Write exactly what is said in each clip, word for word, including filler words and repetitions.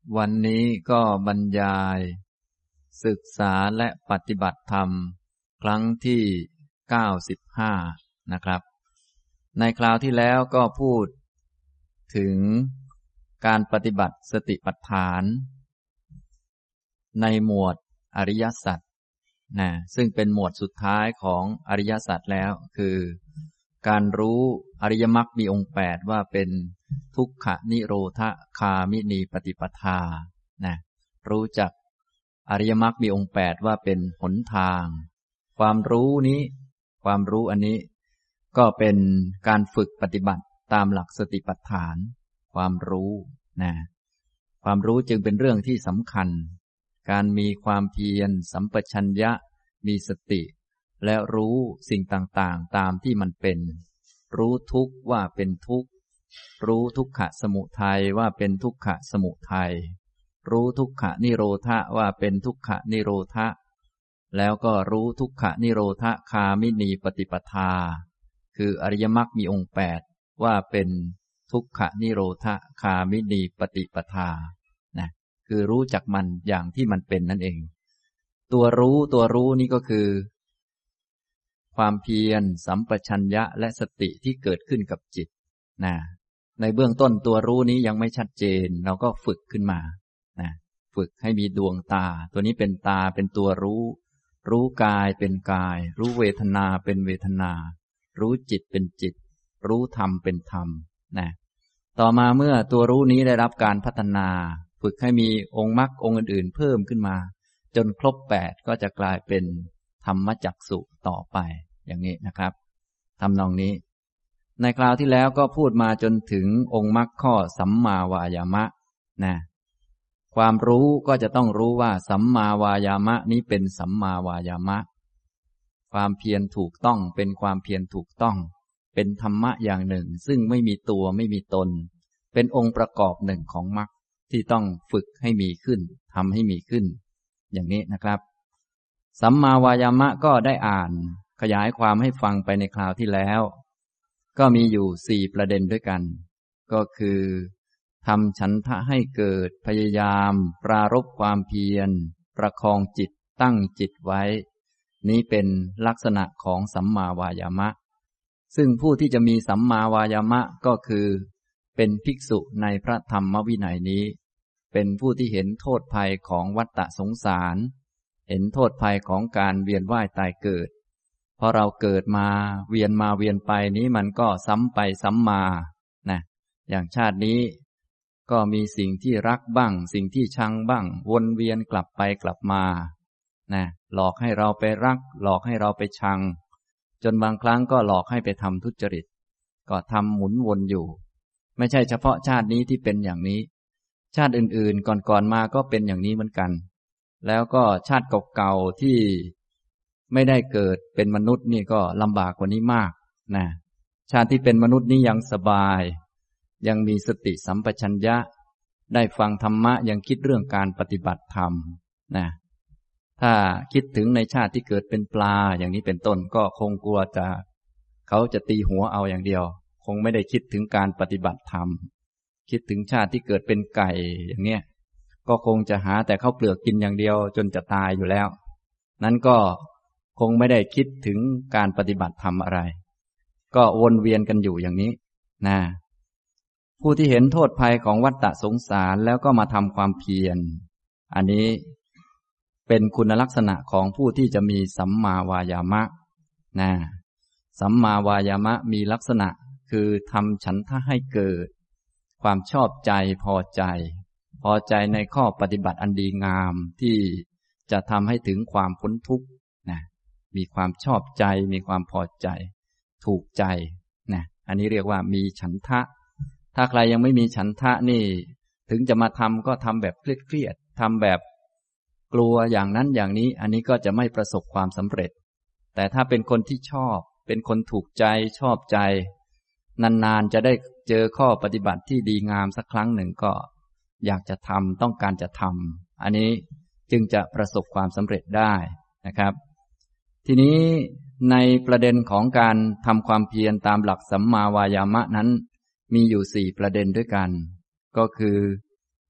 วันนี้ก็บรรยายศึกษาและปฏิบัติธรรมครั้งที่เก้าสิบห้านะครับในคราวที่แล้วก็พูดถึงการปฏิบัติสติปัฏฐานในหมวดอริยสัจนะซึ่งเป็นหมวดสุดท้ายของอริยสัจแล้วคือการรู้อริยมรรคมีองค์แปดว่าเป็นทุกขนิโรธคามินีปฏิปทานะรู้จักอริยมรรคมีองค์แปดว่าเป็นหนทางความรู้นี้ความรู้อันนี้ก็เป็นการฝึกปฏิบัติตามหลักสติปัฏฐานความรู้นะความรู้จึงเป็นเรื่องที่สำคัญการมีความเพียรสัมปชัญญะมีสติและรู้สิ่งต่างๆตามที่มันเป็นรู้ทุกข์ว่าเป็นทุกข์รู้ทุกขสมุทัยว่าเป็นทุกขสมุทัยรู้ทุกขนิโรธว่าเป็นทุกขนิโรธแล้วก็รู้ทุกขนิโรธคามินีปฏิปทาคืออริยมรรคมีองค์แปดว่าเป็นทุกขนิโรธคามินีปฏิปทานะคือรู้จักมันอย่างที่มันเป็นนั่นเองตัวรู้ตัวรู้นี่ก็คือความเพียรสัมปชัญญะและสติที่เกิดขึ้นกับจิตนะในเบื้องต้นตัวรู้นี้ยังไม่ชัดเจนเราก็ฝึกขึ้นมานะฝึกให้มีดวงตาตัวนี้เป็นตาเป็นตัวรู้รู้กายเป็นกายรู้เวทนาเป็นเวทนารู้จิตเป็นจิตรู้ธรรมเป็นธรรมนะต่อมาเมื่อตัวรู้นี้ได้รับการพัฒนาฝึกให้มีองค์มรรคองค์อื่นๆเพิ่มขึ้นมาจนครบแปดก็จะกลายเป็นธรรมจักษุต่อไปอย่างนี้นะครับทำนองนี้ในคราวที่แล้วก็พูดมาจนถึงองค์มรรคข้อสัมมาวายามะนะความรู้ก็จะต้องรู้ว่าสัมมาวายามะนี้เป็นสัมมาวายามะความเพียรถูกต้องเป็นความเพียรถูกต้องเป็นธรรมะอย่างหนึ่งซึ่งไม่มีตัวไม่มีตนเป็นองค์ประกอบหนึ่งของมรรคที่ต้องฝึกให้มีขึ้นทำให้มีขึ้นอย่างนี้นะครับสัมมาวายามะก็ได้อ่านขยายความให้ฟังไปในคราวที่แล้วก็มีอยู่สี่ประเด็นด้วยกันก็คือทำฉันทะให้เกิดพยายามปรารภความเพียรประคองจิตตั้งจิตไว้นี้เป็นลักษณะของสัมมาวายามะซึ่งผู้ที่จะมีสัมมาวายามะก็คือเป็นภิกษุในพระธรรมวินัยนี้เป็นผู้ที่เห็นโทษภัยของวัฏฏะสงสารเห็นโทษภัยของการเวียนว่ายตายเกิดเพราะเราเกิดมาเวียนมาเวียนไปนี้มันก็ซ้ำไปซ้ำมานะอย่างชาตินี้ก็มีสิ่งที่รักบ้างสิ่งที่ชังบ้างวนเวียนกลับไปกลับมานะหลอกให้เราไปรักหลอกให้เราไปชังจนบางครั้งก็หลอกให้ไปทำทุจริตก็ทำหมุนวนอยู่ไม่ใช่เฉพาะชาตินี้ที่เป็นอย่างนี้ชาติอื่นๆก่อนๆมาก็เป็นอย่างนี้เหมือนกันแล้วก็ชาติเก่าๆที่ไม่ได้เกิดเป็นมนุษย์นี่ก็ลำบากกว่านี้มากนะชาติที่เป็นมนุษย์นี้ยังสบายยังมีสติสัมปชัญญะได้ฟังธรรมะยังคิดเรื่องการปฏิบัติธรรมนะถ้าคิดถึงในชาติที่เกิดเป็นปลาอย่างนี้เป็นต้นก็คงกลัวจะเขาจะตีหัวเอาอย่างเดียวคงไม่ได้คิดถึงการปฏิบัติธรรมคิดถึงชาติที่เกิดเป็นไก่อย่างเนี้ยก็คงจะหาแต่ข้าวเปลือกกินอย่างเดียวจนจะตายอยู่แล้วนั้นก็คงไม่ได้คิดถึงการปฏิบัติธรรมอะไรก็วนเวียนกันอยู่อย่างนี้นะผู้ที่เห็นโทษภัยของวัฏฏะสงสารแล้วก็มาทำความเพียรอันนี้เป็นคุณลักษณะของผู้ที่จะมีสัมมาวายามะนะสัมมาวายามะมีลักษณะคือทำฉันทะให้เกิดความชอบใจพอใจพอใจในข้อปฏิบัติอันดีงามที่จะทำให้ถึงความพ้นทุกข์นะมีความชอบใจมีความพอใจถูกใจนะอันนี้เรียกว่ามีฉันทะถ้าใครยังไม่มีฉันทะนี่ถึงจะมาทำก็ทำแบบเครียดๆทำแบบกลัวอย่างนั้นอย่างนี้อันนี้ก็จะไม่ประสบความสำเร็จแต่ถ้าเป็นคนที่ชอบเป็นคนถูกใจชอบใจนานๆจะได้เจอข้อปฏิบัติที่ดีงามสักครั้งหนึ่งก็อยากจะทำต้องการจะทำอันนี้จึงจะประสบความสำเร็จได้นะครับทีนี้ในประเด็นของการทำความเพียรตามหลักสัมมาวายามะนั้นมีอยู่สี่ประเด็นด้วยกันก็คือ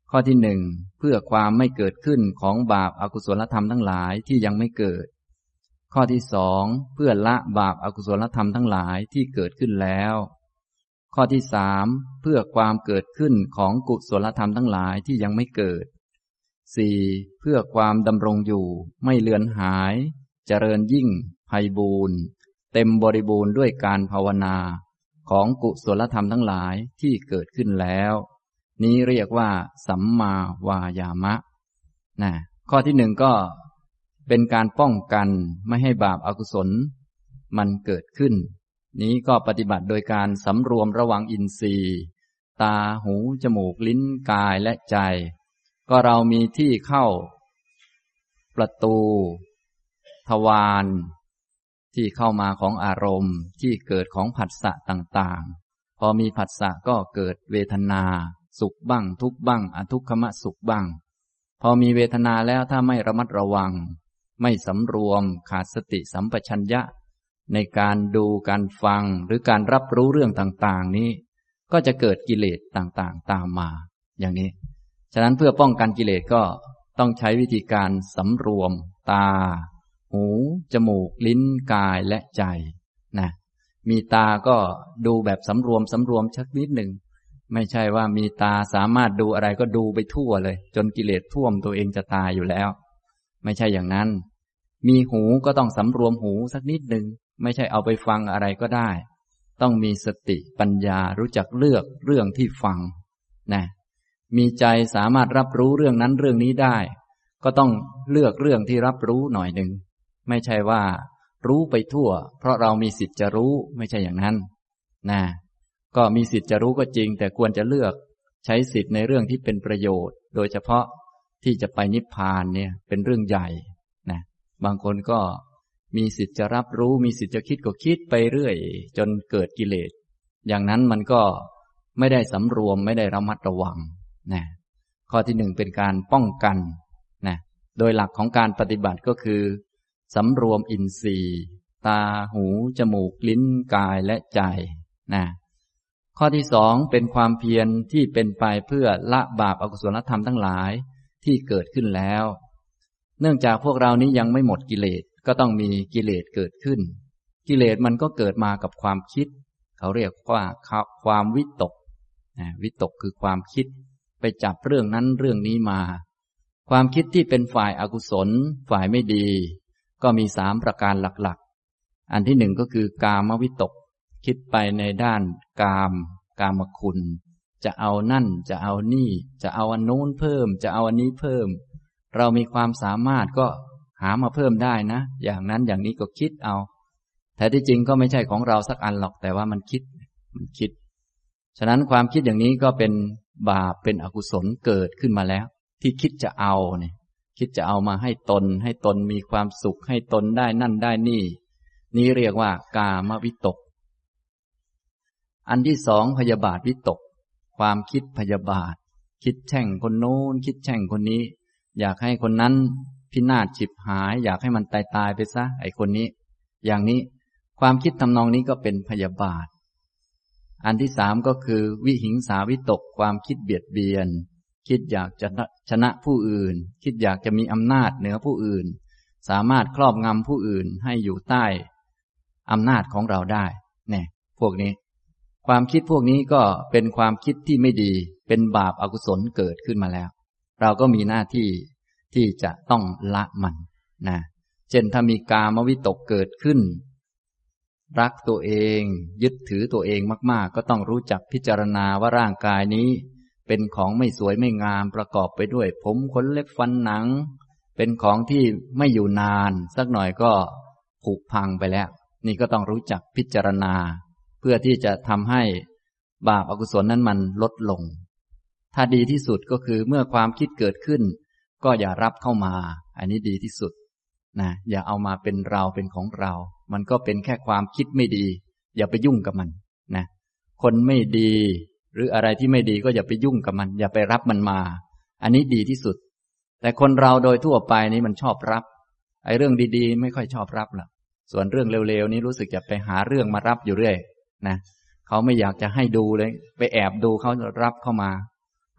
ข้อที่หนึ่งเพื่อความไม่เกิดขึ้นของบาปอกุศลธรรมทั้งหลายที่ยังไม่เกิดข้อที่สองเพื่อละบาปอกุศลธรรมทั้งหลายที่เกิดขึ้นแล้วข้อที่สามเพื่อความเกิดขึ้นของกุศลธรรมทั้งหลายที่ยังไม่เกิดสี่เพื่อความดำรงอยู่ไม่เลือนหายเจริญยิ่งไพบูรณ์เต็มบริบูรณ์ด้วยการภาวนาของกุศลธรรมทั้งหลายที่เกิดขึ้นแล้วนี้เรียกว่าสัมมาวายามะนะข้อที่หนึ่งก็เป็นการป้องกันไม่ให้บาปอกุศลมันเกิดขึ้นนี้ก็ปฏิบัติโดยการสำรวมระวังอินทรีย์ตาหูจมูกลิ้นกายและใจก็เรามีที่เข้าประตูทวารที่เข้ามาของอารมณ์ที่เกิดของผัสสะต่างๆพอมีผัสสะก็เกิดเวทนาสุขบ้างทุกข์บ้างอทุกขมสุขบ้างพอมีเวทนาแล้วถ้าไม่ระมัดระวังไม่สำรวมขาดสติสัมปชัญญะในการดูการฟังหรือการรับรู้เรื่องต่างๆนี้ก็จะเกิดกิเลสต่างๆตามมาอย่างนี้ฉะนั้นเพื่อป้องกันกิเลสก็ต้องใช้วิธีการสำรวมตาหูจมูกลิ้นกายและใจนะมีตาก็ดูแบบสำรวมสำรวมชักนิดหนึ่งไม่ใช่ว่ามีตาสามารถดูอะไรก็ดูไปทั่วเลยจนกิเลสท่วมตัวเองจะตายอยู่แล้วไม่ใช่อย่างนั้นมีหูก็ต้องสำรวมหูสักนิดหนึ่งไม่ใช่เอาไปฟังอะไรก็ได้ต้องมีสติปัญญารู้จักเลือกเรื่องที่ฟังนะมีใจสามารถรับรู้เรื่องนั้นเรื่องนี้ได้ก็ต้องเลือกเรื่องที่รับรู้หน่อยหนึ่งไม่ใช่ว่ารู้ไปทั่วเพราะเรามีสิทธิ์จะรู้ไม่ใช่อย่างนั้นนะก็มีสิทธิ์จะรู้ก็จริงแต่ควรจะเลือกใช้สิทธิ์ในเรื่องที่เป็นประโยชน์โดยเฉพาะที่จะไปนิพพานเนี่ยเป็นเรื่องใหญ่นะบางคนก็มีสิทธิ์จะรับรู้มีสิทธิ์จะคิดก็คิดไปเรื่อยจนเกิดกิเลสอย่างนั้นมันก็ไม่ได้สำรวมไม่ได้ระมัดระวังนะข้อที่หนึ่งเป็นการป้องกันนะโดยหลักของการปฏิบัติก็คือสำรวมอินทรีย์ตาหูจมูกลิ้นกายและใจนะข้อที่สองเป็นความเพียรที่เป็นไปเพื่อละบาปอกุศลธรรมทั้งหลายที่เกิดขึ้นแล้วเนื่องจากพวกเรานี้ยังไม่หมดกิเลสก็ต้องมีกิเลสเกิดขึ้นกิเลสมันก็เกิดมากับความคิดเขาเรียกว่าความวิตกวิตกคือความคิดไปจับเรื่องนั้นเรื่องนี้มาความคิดที่เป็นฝ่ายอากุศลฝ่ายไม่ดีก็มีสามประการหลักๆอันที่หนึ่งก็คือกามวิตกคิดไปในด้านกามกามคุณจะเอานั่นจะเอานี่จะเอาอันโน้นเพิ่มจะเอาอันนี้เพิ่มเรามีความสามารถก็หามาเพิ่มได้นะอย่างนั้นอย่างนี้ก็คิดเอาแต่ที่จริงก็ไม่ใช่ของเราสักอันหรอกแต่ว่ามันคิดมันคิดฉะนั้นความคิดอย่างนี้ก็เป็นบาปเป็นอกุศลเกิดขึ้นมาแล้วที่คิดจะเอาเนี่ยคิดจะเอามาให้ตนให้ตนมีความสุขให้ตนได้นั่นได้นี่นี้เรียกว่ากามวิตกอันที่สองพยาบาทวิตกความคิดพยาบาทคิดแช่งคนโน้นคิดแช่งคนนี้อยากให้คนนั้นพินาศฉิบหายอยากให้มันตายตายไปซะไอ้คนนี้อย่างนี้ความคิดทำนองนี้ก็เป็นพยาบาทอันที่สามก็คือวิหิงสาวิตกความคิดเบียดเบียนคิดอยากจะชนะผู้อื่นคิดอยากจะมีอำนาจเหนือผู้อื่นสามารถครอบงำผู้อื่นให้อยู่ใต้อำนาจของเราได้เนี่ยพวกนี้ความคิดพวกนี้ก็เป็นความคิดที่ไม่ดีเป็นบาปอกุศลเกิดขึ้นมาแล้วเราก็มีหน้าที่ที่จะต้องละมันนะเช่นถ้ามีกามวิตกเกิดขึ้นรักตัวเองยึดถือตัวเองมากๆก็ต้องรู้จักพิจารณาว่าร่างกายนี้เป็นของไม่สวยไม่งามประกอบไปด้วยผมขนเล็บฟันหนังเป็นของที่ไม่อยู่นานสักหน่อยก็ผุพังไปแล้วนี่ก็ต้องรู้จักพิจารณาเพื่อที่จะทำให้บาปอกุศลนั้นมันลดลงถ้าดีที่สุดก็คือเมื่อความคิดเกิดขึ้นก็อย่ารับเข้ามาอันนี้ดีที่สุดนะอย่าเอามาเป็นเราเป็นของเรามันก็เป็นแค่ความคิดไม่ดีอย่าไปยุ่งกับมันนะคนไม่ดีหรืออะไรที่ไม่ดีก็อย่าไปยุ่งกับมันอย่าไปรับมันมาอันนี้ดีที่สุดแต่คนเราโดยทั่วไปนี้มันชอบรับไอ้เรื่องดีๆไม่ค่อยชอบรับหรอกส่วนเรื่องเร็วๆนี้รู้สึกจะไปหาเรื่องมารับอยู่เรื่อยนะเขาไม่อยากจะให้ดูเลยไปแอบดูเขารับเข้ามา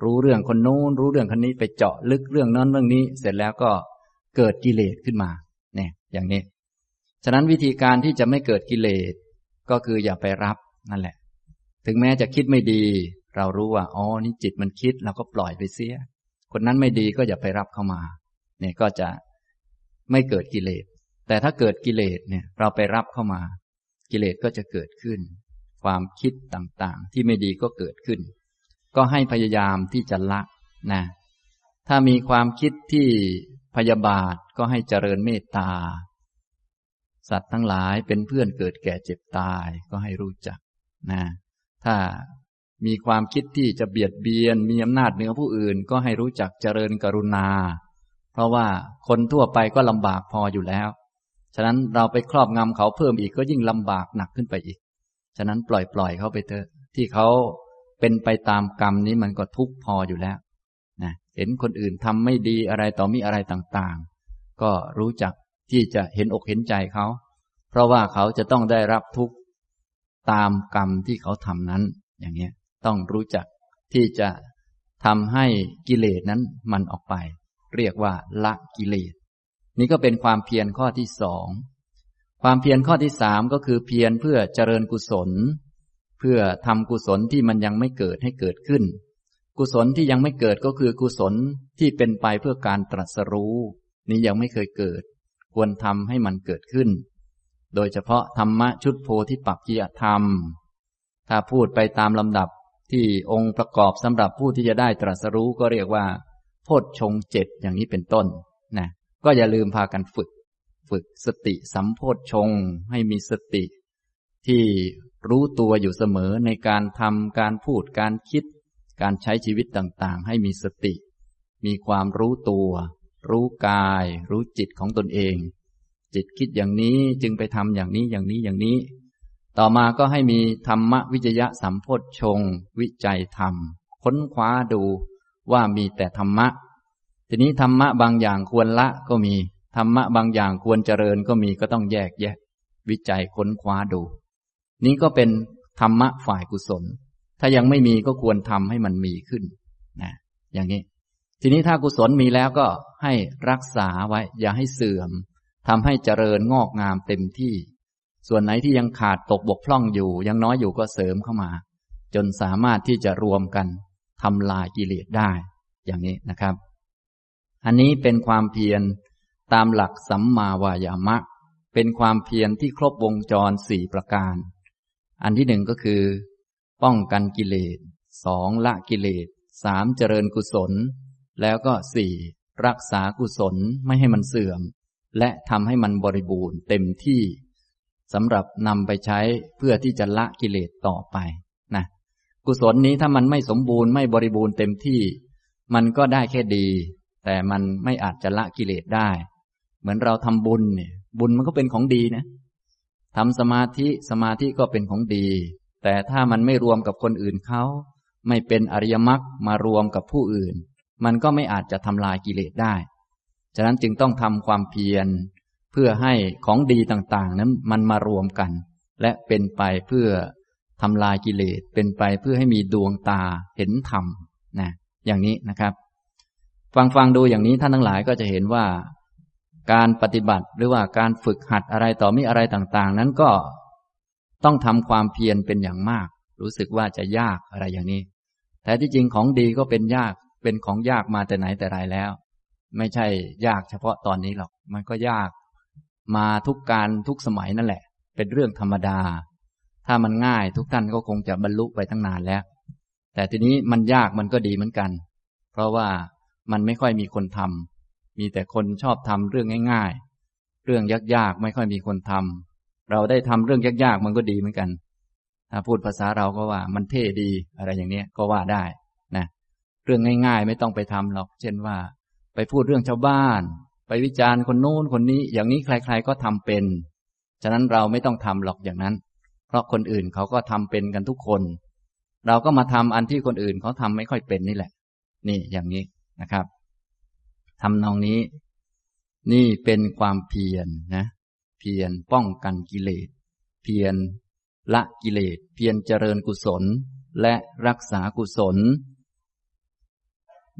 รู้เรื่องคนโน้นรู้เรื่องคนนี้ไปเจาะลึกเรื่องนั้นเรื่องนี้เสร็จแล้วก็เกิดกิเลสขึ้นมาเนี่ยอย่างนี้ฉะนั้นวิธีการที่จะไม่เกิดกิเลสก็คืออย่าไปรับนั่นแหละถึงแม้จะคิดไม่ดีเรารู้ว่าอ๋อนี่จิตมันคิดเราก็ปล่อยไปเสียคนนั้นไม่ดีก็อย่าไปรับเข้ามาเนี่ยก็จะไม่เกิดกิเลสแต่ถ้าเกิดกิเลสเนี่ยเราไปรับเข้ามากิเลสก็จะเกิดขึ้นความคิดต่างๆที่ไม่ดีก็เกิดขึ้นก็ให้พยายามที่จะละนะถ้ามีความคิดที่พยาบาทก็ให้เจริญเมตตาสัตว์ทั้งหลายเป็นเพื่อนเกิดแก่เจ็บตายก็ให้รู้จักนะถ้ามีความคิดที่จะเบียดเบียนมีอำนาจเหนือผู้อื่นก็ให้รู้จักเจริญกรุณาเพราะว่าคนทั่วไปก็ลำบากพออยู่แล้วฉะนั้นเราไปครอบงำเขาเพิ่มอีกก็ยิ่งลำบากหนักขึ้นไปอีกฉะนั้นปล่อยปล่อยเขาไปเถอะที่เขาเป็นไปตามกรรมนี้มันก็ทุกข์พออยู่แล้วนะเห็นคนอื่นทำไม่ดีอะไรต่อมีอะไรต่างๆก็รู้จักที่จะเห็นอกเห็นใจเขาเพราะว่าเขาจะต้องได้รับทุกข์ตามกรรมที่เขาทำนั้นอย่างนี้ต้องรู้จักที่จะทำให้กิเลสนั้นมันออกไปเรียกว่าละกิเลสนี่ก็เป็นความเพียรข้อที่สองความเพียรข้อที่สามก็คือเพียรเพื่อเจริญกุศลเพื่อทำกุศลที่มันยังไม่เกิดให้เกิดขึ้นกุศลที่ยังไม่เกิดก็คือกุศลที่เป็นไปเพื่อการตรัสรู้นี้ยังไม่เคยเกิดควรทำให้มันเกิดขึ้นโดยเฉพาะธรรมะชุดโพธิปักขิยธรรมถ้าพูดไปตามลำดับที่องค์ประกอบสำหรับผู้ที่จะได้ตรัสรู้ก็เรียกว่าโพชฌงค์เจ็ดอย่างนี้เป็นต้นนะก็อย่าลืมพากันฝึกฝึกสติสัมโพชฌงค์ให้มีสติที่รู้ตัวอยู่เสมอในการทำการพูดการคิดการใช้ชีวิตต่างๆให้มีสติมีความรู้ตัวรู้กายรู้จิตของตนเองจิตคิดอย่างนี้จึงไปทำอย่างนี้อย่างนี้อย่างนี้ต่อมาก็ให้มีธรรมวิจยะสัมโพชฌงค์วิจัยธรรมค้นคว้าดูว่ามีแต่ธรรมะทีนี้ธรรมะบางอย่างควรละก็มีธรรมะบางอย่างควรเจริญก็มีก็ต้องแยกแยะวิจัยค้นคว้าดูนี้ก็เป็นธรรมะฝ่ายกุศลถ้ายังไม่มีก็ควรทำให้มันมีขึ้นนะอย่างนี้ทีนี้ถ้ากุศลมีแล้วก็ให้รักษาไว้อย่าให้เสื่อมทำให้เจริญงอกงามเต็มที่ส่วนไหนที่ยังขาดตกบกพร่องอยู่ยังน้อยอยู่ก็เสริมเข้ามาจนสามารถที่จะรวมกันทำลายกิเลสได้อย่างนี้นะครับอันนี้เป็นความเพียรตามหลักสัมมาวายามะเป็นความเพียรที่ครบวงจรสี่ประการอันที่หนึ่งก็คือป้องกันกิเลสสองละกิเลสสามเจริญกุศลแล้วก็สี่รักษากุศลไม่ให้มันเสื่อมและทำให้มันบริบูรณ์เต็มที่สำหรับนำไปใช้เพื่อที่จะละกิเลสต่อไปนะกุศลนี้ถ้ามันไม่สมบูรณ์ไม่บริบูรณ์เต็มที่มันก็ได้แค่ดีแต่มันไม่อาจจะละกิเลสได้เหมือนเราทำบุญเนี่ยบุญมันก็เป็นของดีนะทำสมาธิสมาธิก็เป็นของดีแต่ถ้ามันไม่รวมกับคนอื่นเขาไม่เป็นอริยมรรคมารวมกับผู้อื่นมันก็ไม่อาจจะทำลายกิเลสได้ฉะนั้นจึงต้องทำความเพียรเพื่อให้ของดีต่างๆนั้นมันมารวมกันและเป็นไปเพื่อทำลายกิเลสเป็นไปเพื่อให้มีดวงตาเห็นธรรมนะอย่างนี้นะครับฟังฟังดูอย่างนี้ท่านทั้งหลายก็จะเห็นว่าการปฏิบัติหรือว่าการฝึกหัดอะไรต่อมีอะไรต่างๆนั้นก็ต้องทำความเพียรเป็นอย่างมากรู้สึกว่าจะยากอะไรอย่างนี้แต่ที่จริงของดีก็เป็นยากเป็นของยากมาแต่ไหนแต่ไรแล้วไม่ใช่ยากเฉพาะตอนนี้หรอกมันก็ยากมาทุกการทุกสมัยนั่นแหละเป็นเรื่องธรรมดาถ้ามันง่ายทุกท่านก็คงจะบรรลุไปตั้งนานแล้วแต่ทีนี้มันยากมันก็ดีเหมือนกันเพราะว่ามันไม่ค่อยมีคนทำมีแต่คนชอบทำเรื่องง่ายๆเรื่องยากๆไม่ค่อยมีคนทำเราได้ทำเรื่องยากๆมันก็ดีเหมือนกันถ้าพูดภาษาเราก็ว่ามันเท่ดีอะไรอย่างนี้ก็ว่าได้นะเรื่องง่ายๆไม่ต้องไปทำหรอกเช่นว่าไปพูดเรื่องชาวบ้านไปวิจารณ์คนโน้นคนนี้อย่างนี้ใครๆก็ทำเป็นฉะนั้นเราไม่ต้องทำหรอกอย่างนั้นเพราะคนอื่นเขาก็ทำเป็นกันทุกคนเราก็มาทำอันที่คนอื่นเขาทำไม่ค่อยเป็นนี่แหละนี่อย่างนี้นะครับทำนองนี้นี่เป็นความเพียรนะเพียรป้องกันกิเลสเพียรละกิเลสเพียรเจริญกุศลและรักษากุศล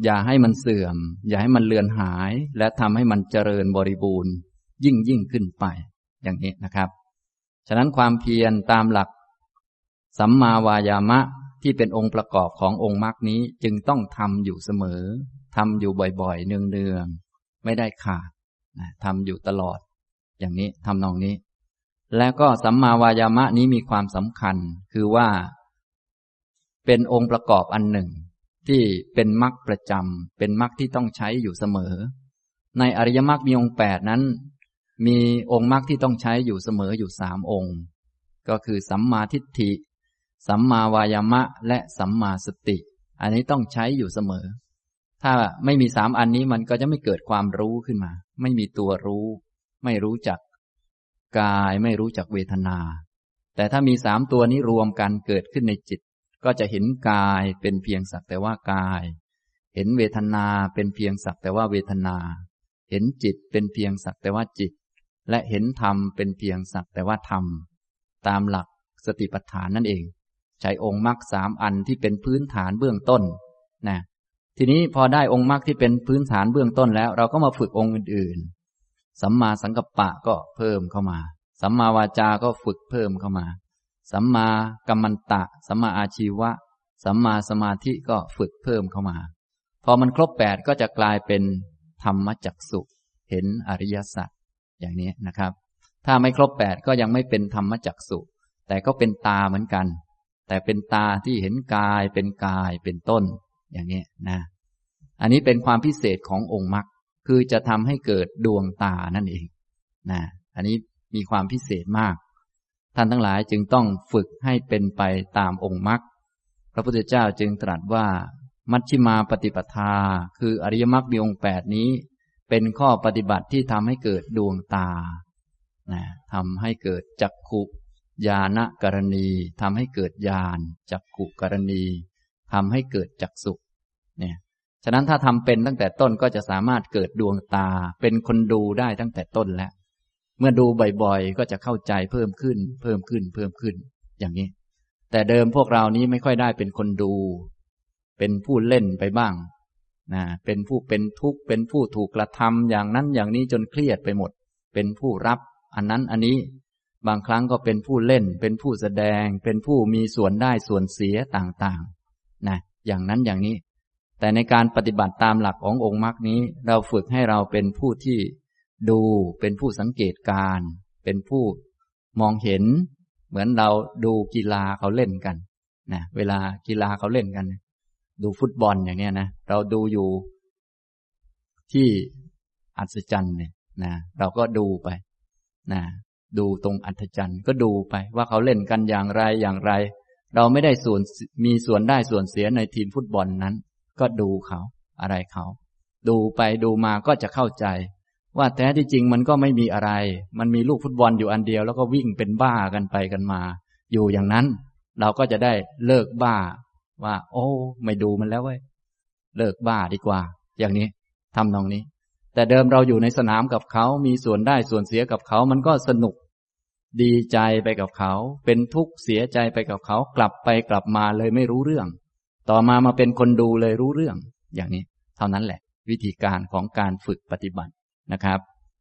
อย่าให้มันเสื่อมอย่าให้มันเลือนหายและทำให้มันเจริญบริบูรณ์ยิ่งยิ่งขึ้นไปอย่างนี้นะครับฉะนั้นความเพียรตามหลักสัมมาวายามะที่เป็นองค์ประกอบขององค์มรรคนี้จึงต้องทำอยู่เสมอทำอยู่บ่อยๆเนืองๆไม่ได้ขาดนะทำอยู่ตลอดอย่างนี้ทำนองนี้แล้วก็สัมมาวายามะนี้มีความสำคัญคือว่าเป็นองค์ประกอบอันหนึ่งที่เป็นมรรคประจำเป็นมรรคที่ต้องใช้อยู่เสมอในอริยมรรคมีองค์แปดนั้นมีองค์มรรคที่ต้องใช้อยู่เสมออยู่สามองค์ก็คือสัมมาทิฏฐิสัมมาวายามะและสัมมาสติอันนี้ต้องใช้อยู่เสมอถ้าไม่มีสามอันนี้มันก็จะไม่เกิดความรู้ขึ้นมาไม่มีตัวรู้ไม่รู้จักกายไม่รู้จักเวทนาแต่ถ้ามีสามตัวนี้รวมกันเกิดขึ้นในจิตก็จะเห็นกายเป็นเพียงสักแต่ว่ากายเห็นเวทนาเป็นเพียงสักแต่ว่าเวทนาเห็นจิตเป็นเพียงสักแต่ว่าจิตและเห็นธรรมเป็นเพียงสักแต่ว่าธรรมตามหลักสติปัฏฐานนั่นเองใช้องค์มรรคสามอันที่เป็นพื้นฐานเบื้องต้นนะทีนี้พอได้องค์มรรคที่เป็นพื้นฐานเบื้องต้นแล้วเราก็มาฝึกองค์อื่นๆสัมมาสังกัปปะก็เพิ่มเข้ามาสัมมาวาจาก็ฝึกเพิ่มเข้ามาสัมมากัมมันตะสัมมาอาชีวะสัมมาสมาธิก็ฝึกเพิ่มเข้ามาพอมันครบแปดก็จะกลายเป็นธรรมจักษุเห็นอริยสัจอย่างนี้นะครับถ้าไม่ครบแปดก็ยังไม่เป็นธรรมจักษุแต่ก็เป็นตาเหมือนกันแต่เป็นตาที่เห็นกายเป็นกายเป็นต้นอย่างนี้นะอันนี้เป็นความพิเศษขององค์มรรคคือจะทำให้เกิดดวงตานั่นเองนะอันนี้มีความพิเศษมากท่านทั้งหลายจึงต้องฝึกให้เป็นไปตามองค์มรรคพระพุทธเจ้าจึงตรัสว่ามัชฌิมาปฏิปทาคืออริยมรรคมีองค์แปดนี้เป็นข้อปฏิบัติที่ทำให้เกิดดวงตานะทำให้เกิดจักขุญาณกรณีทำให้เกิดญาณจักขุกรณีทำให้เกิดจักษุเนี่ยฉะนั้นถ้าทำเป็นตั้งแต่ต้นก็จะสามารถเกิดดวงตาเป็นคนดูได้ตั้งแต่ต้นแล้วเมื่อดูบ่อยๆก็จะเข้าใจเพิ่มขึ้นเพิ่มขึ้นเพิ่มขึ้นอย่างนี้แต่เดิมพวกเรานี้ไม่ค่อยได้เป็นคนดูเป็นผู้เล่นไปบ้างนะเป็นผู้เป็นทุกข์เป็นผู้ถูกกระทำอย่างนั้นอย่างนี้จนเครียดไปหมดเป็นผู้รับอันนั้นอันนี้บางครั้งก็เป็นผู้เล่นเป็นผู้แสดงเป็นผู้มีส่วนได้ส่วนเสียต่างๆนะอย่างนั้นอย่างนี้แต่ในการปฏิบัติตามหลักขององค์มรรคนี้เราฝึกให้เราเป็นผู้ที่ดูเป็นผู้สังเกตการเป็นผู้มองเห็นเหมือนเราดูกีฬาเขาเล่นกันนะเวลากีฬาเขาเล่นกันดูฟุตบอลอย่างเนี้ยนะเราดูอยู่ที่อัศจรรย์เนี่ยนะเราก็ดูไปนะดูตรงอัศจรรย์ก็ดูไปว่าเขาเล่นกันอย่างไรอย่างไรเราไม่ได้ส่วนมีส่วนได้ส่วนเสียในทีมฟุตบอลนั้นก็ดูเขาอะไรเขาดูไปดูมาก็จะเข้าใจว่าแท้ที่จริงมันก็ไม่มีอะไรมันมีลูกฟุตบอลอยู่อันเดียวแล้วก็วิ่งเป็นบ้ากันไปกันมาอยู่อย่างนั้นเราก็จะได้เลิกบ้าว่าโอ้ไม่ดูมันแล้วเว้ยเลิกบ้าดีกว่าอย่างนี้ทำนองนี้แต่เดิมเราอยู่ในสนามกับเขามีส่วนได้ส่วนเสียกับเขามันก็สนุกดีใจไปกับเขาเป็นทุกข์เสียใจไปกับเขากลับไปกลับมาเลยไม่รู้เรื่องต่อมามาเป็นคนดูเลยรู้เรื่องอย่างนี้เท่านั้นแหละวิธีการของการฝึกปฏิบัตินะครับ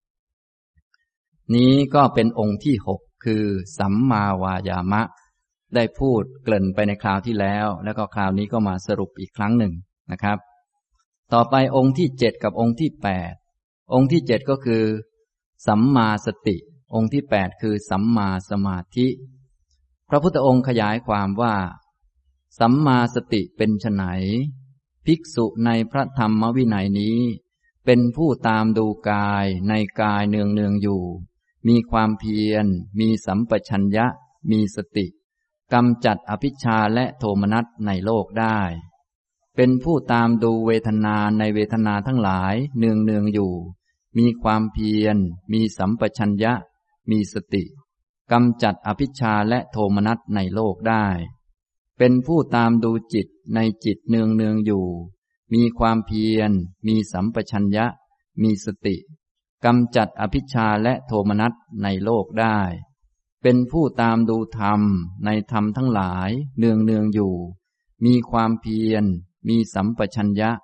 นี้ก็เป็นองค์ที่หกคือสัมมาวายามะได้พูดเกริ่นไปในคราวที่แล้วแล้วก็คราวนี้ก็มาสรุปอีกครั้งหนึ่งนะครับต่อไปองค์ที่เจ็ดกับองค์ที่แปดองค์ที่เจ็ดก็คือสัมมาสติองค์ที่แปดคือสัมมาสมาธิพระพุทธองค์ขยายความว่าสัมมาสติเป็นไฉนภิกษุในพระธรรมวินัยนี้เป็นผู้ตามดูกายในกายเนืองเนืองอยู่มีความเพียรมีสัมปชัญญะมีสติกำจัดอภิชฌาและโทมนัสในโลกได้เป็นผู้ตามดูเวทนาในเวทนาทั้งหลายเนืองเนืองอยู่มีความเพียรมีสัมปชัญญะมีสติกำจัดอภิชฌาและโทมนัสในโลกได้เป็นผู้ตามดูจิตในจิตเนืองเนืองอยู่มีความเพียรมีสัมปชัญญะมีสติกำจัดอภิชฌาและโทมนัสในโลกได้เป็นผู้ตามดูธรรมในธรรมทั้งหลายเนืองเนืองอยู่มีความเพียรมีสัมปชัญญะ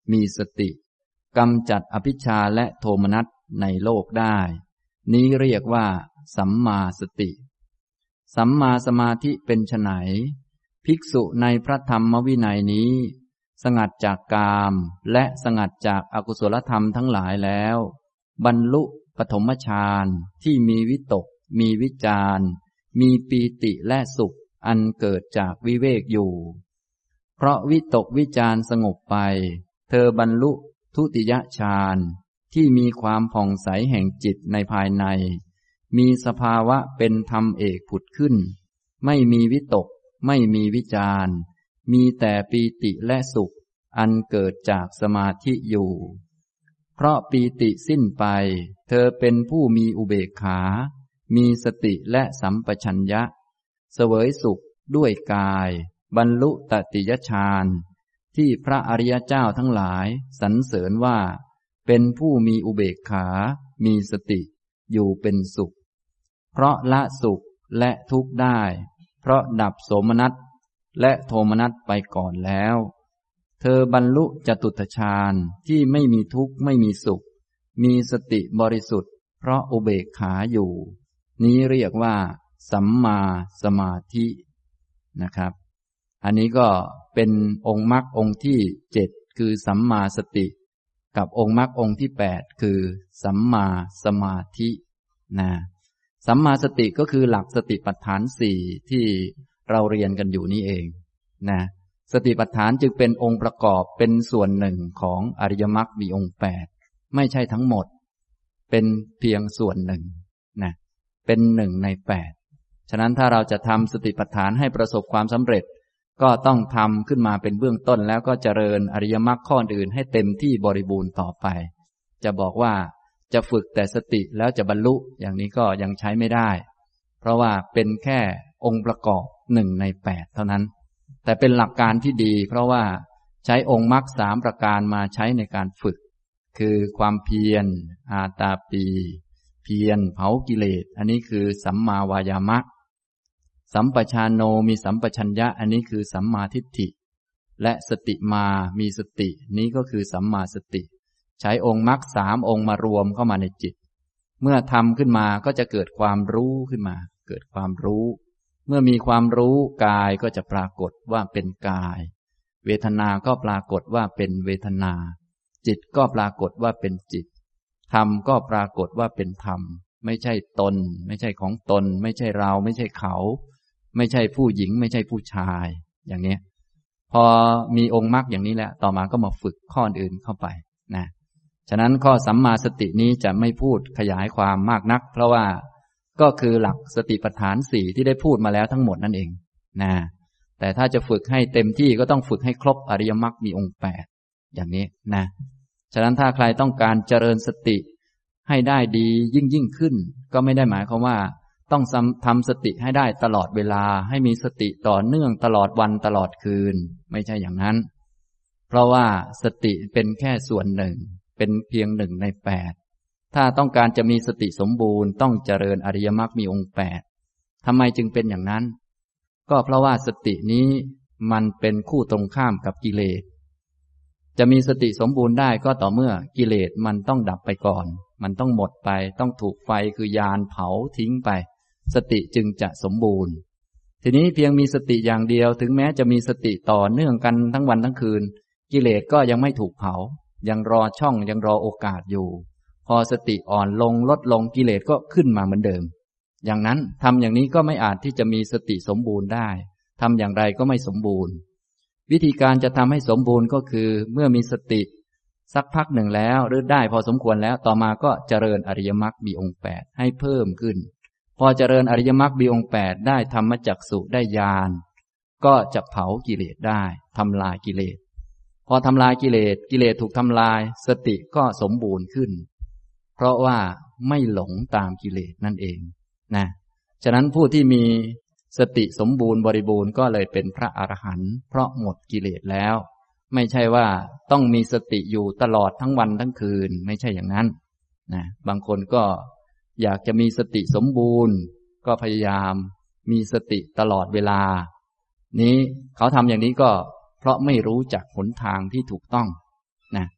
มีสติกำจัดอภิชฌาและโทมนัสในโลกได้นี้เรียกว่าสัมมาสติสัมมาสมาธิเป็นไฉนภิกษุในพระธรรมวินัยนี้สงัดจากกามและสงัดจากอกุศลธรรมทั้งหลายแล้วบรรลุปฐมฌานที่มีวิตกมีวิจารมีปีติและสุขอันเกิดจากวิเวกอยู่เพราะวิตกวิจารสงบไปเธอบรรลุทุติยฌานที่มีความผ่องใสแห่งจิตในภายในมีสภาวะเป็นธรรมเอกผุดขึ้นไม่มีวิตกไม่มีวิจารมีแต่ปีติและสุขอันเกิดจากสมาธิอยู่เพราะปีติสิ้นไปเธอเป็นผู้มีอุเบกขามีสติและสัมปชัญญะเสวยสุขด้วยกายบรรลุตติยฌานที่พระอริยเจ้าทั้งหลายสรรเสริญว่าเป็นผู้มีอุเบกขามีสติอยู่เป็นสุขเพราะละสุขและทุกข์ได้เพราะดับโสมนัสและโทมนัสไปก่อนแล้วเธอบรรลุจตุตถฌานที่ไม่มีทุกข์ไม่มีสุขมีสติบริสุทธิ์เพราะอุเบกขาอยู่นี้เรียกว่าสัมมาสมาธินะครับอันนี้ก็เป็นองค์มรรคองค์ที่เจ็ดคือสัมมาสติกับองค์มรรคองค์ที่แปดคือสัมมาสมาธินะสัมมาสติก็คือหลักสติปัฏฐานสี่ที่เราเรียนกันอยู่นี่เองนะสติปัฏฐานจึงเป็นองค์ประกอบเป็นส่วนหนึ่งของอริยมรรคมีองค์แปดไม่ใช่ทั้งหมดเป็นเพียงส่วนหนึ่งนะเป็นหนึ่งในแปดฉะนั้นถ้าเราจะทำสติปัฏฐานให้ประสบความสำเร็จก็ต้องทำขึ้นมาเป็นเบื้องต้นแล้วก็เจริญอริยมรรคข้ออื่นให้เต็มที่บริบูรณ์ต่อไปจะบอกว่าจะฝึกแต่สติแล้วจะบรรลุอย่างนี้ก็ยังใช้ไม่ได้เพราะว่าเป็นแค่องค์ประกอบหนึ่งในแปดเท่านั้นแต่เป็นหลักการที่ดีเพราะว่าใช้องค์มรรคสามประการมาใช้ในการฝึกคือความเพียรอาตาปีเพียรเผากิเลสอันนี้คือสัมมาวายามะสัมปชานโนมีสัมปชัญญะอันนี้คือสัมมาทิฏฐิและสติมามีสตินี้ก็คือสัมมาสติใช้องค์มรรคสามองค์มารวมเข้ามาในจิตเมื่อทำขึ้นมาก็จะเกิดความรู้ขึ้นมาเกิดความรู้เมื่อมีความรู้กายก็จะปรากฏว่าเป็นกายเวทนาก็ปรากฏว่าเป็นเวทนาจิตก็ปรากฏว่าเป็นจิตธรรมก็ปรากฏว่าเป็นธรรมไม่ใช่ตนไม่ใช่ของตนไม่ใช่เราไม่ใช่เขาไม่ใช่ผู้หญิงไม่ใช่ผู้ชายอย่างนี้พอมีองค์มรรคอย่างนี้แล้วต่อมาก็มาฝึกข้ออื่นเข้าไปนะฉะนั้นข้อสัมมาสตินี้จะไม่พูดขยายความมากนักเพราะว่าก็คือหลักสติปัฏฐานสี่ที่ได้พูดมาแล้วทั้งหมดนั่นเองนะแต่ถ้าจะฝึกให้เต็มที่ก็ต้องฝึกให้ครบอริยมรรคมีองค์แปดอย่างนี้นะฉะนั้นถ้าใครต้องการเจริญสติให้ได้ดียิ่งยิ่งขึ้นก็ไม่ได้หมายความว่าต้องทำสติให้ได้ตลอดเวลาให้มีสติต่อเนื่องตลอดวันตลอดคืนไม่ใช่อย่างนั้นเพราะว่าสติเป็นแค่ส่วนหนึ่งเป็นเพียงหนึ่งในแปดถ้าต้องการจะมีสติสมบูรณ์ต้องเจริญอริยมรรคมีองค์แปดทำไมจึงเป็นอย่างนั้นก็เพราะว่าสตินี้มันเป็นคู่ตรงข้ามกับกิเลสจะมีสติสมบูรณ์ได้ก็ต่อเมื่อกิเลสมันต้องดับไปก่อนมันต้องหมดไปต้องถูกไฟคือยานเผาทิ้งไปสติจึงจะสมบูรณ์ทีนี้เพียงมีสติอย่างเดียวถึงแม้จะมีสติต่อเนื่องกันทั้งวันทั้งคืนกิเลสก็ยังไม่ถูกเผายังรอช่องยังรอโอกาสอยู่พอสติอ่อนลงลดลงกิเลสก็ขึ้นมาเหมือนเดิมอย่างนั้นทำอย่างนี้ก็ไม่อาจที่จะมีสติสมบูรณ์ได้ทำอย่างไรก็ไม่สมบูรณ์วิธีการจะทำให้สมบูรณ์ก็คือเมื่อมีสติสักพักหนึ่งแล้วหรือได้พอสมควรแล้วต่อมาก็เจริญอริยมรรคมีองค์แปดให้เพิ่มขึ้นพอเจริญอริยมรรคมีองค์แปดได้ธรรมจักษุได้ญาณก็จะเผากิเลสได้ทำลายกิเลสพอทำลายกิเลสกิเลสถูกทำลายสติก็สมบูรณ์ขึ้นเพราะว่าไม่หลงตามกิเลสนั่นเองนะฉะนั้นผู้ที่มีสติสมบูรณ์บริบูรณ์ก็เลยเป็นพระอรหันต์เพราะหมดกิเลสแล้วไม่ใช่ว่าต้องมีสติอยู่ตลอดทั้งวันทั้งคืนไม่ใช่อย่างนั้นนะบางคนก็อยากจะมีสติสมบูรณ์ก็พยายามมีสติตลอดเวลานี้เขาทำอย่างนี้ก็เพราะไม่รู้จักหนทางที่ถูกต้องนะ